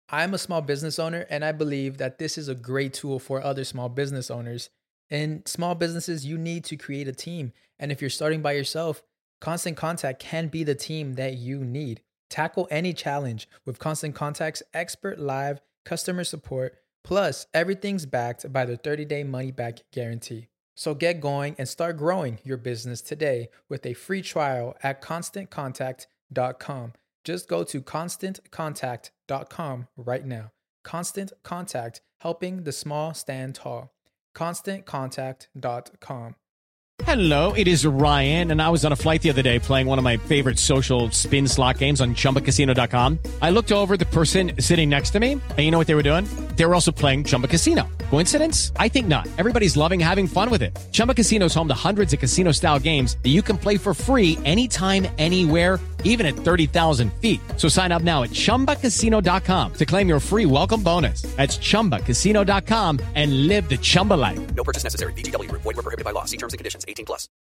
I'm a small business owner, and I believe that this is a great tool for other small business owners. In small businesses, you need to create a team. And if you're starting by yourself, Constant Contact can be the team that you need. Tackle any challenge with Constant Contact's expert live customer support. Plus, everything's backed by the 30-day money-back guarantee. So get going and start growing your business today with a free trial at ConstantContact.com. Just go to ConstantContact.com right now. Constant Contact, helping the small stand tall. ConstantContact.com. Hello, it is Ryan, and I was on a flight the other day playing one of my favorite social spin slot games on ChumbaCasino.com. I looked over at the person sitting next to me, and you know what they were doing? They were also playing Chumba Casino. Coincidence? I think not. Everybody's loving having fun with it. Chumba Casino is home to hundreds of casino-style games that you can play for free anytime, anywhere, even at 30,000 feet. So sign up now at ChumbaCasino.com to claim your free welcome bonus. That's ChumbaCasino.com and live the Chumba life. No purchase necessary. VGW Group. Void where prohibited by law. See terms and conditions. 18+.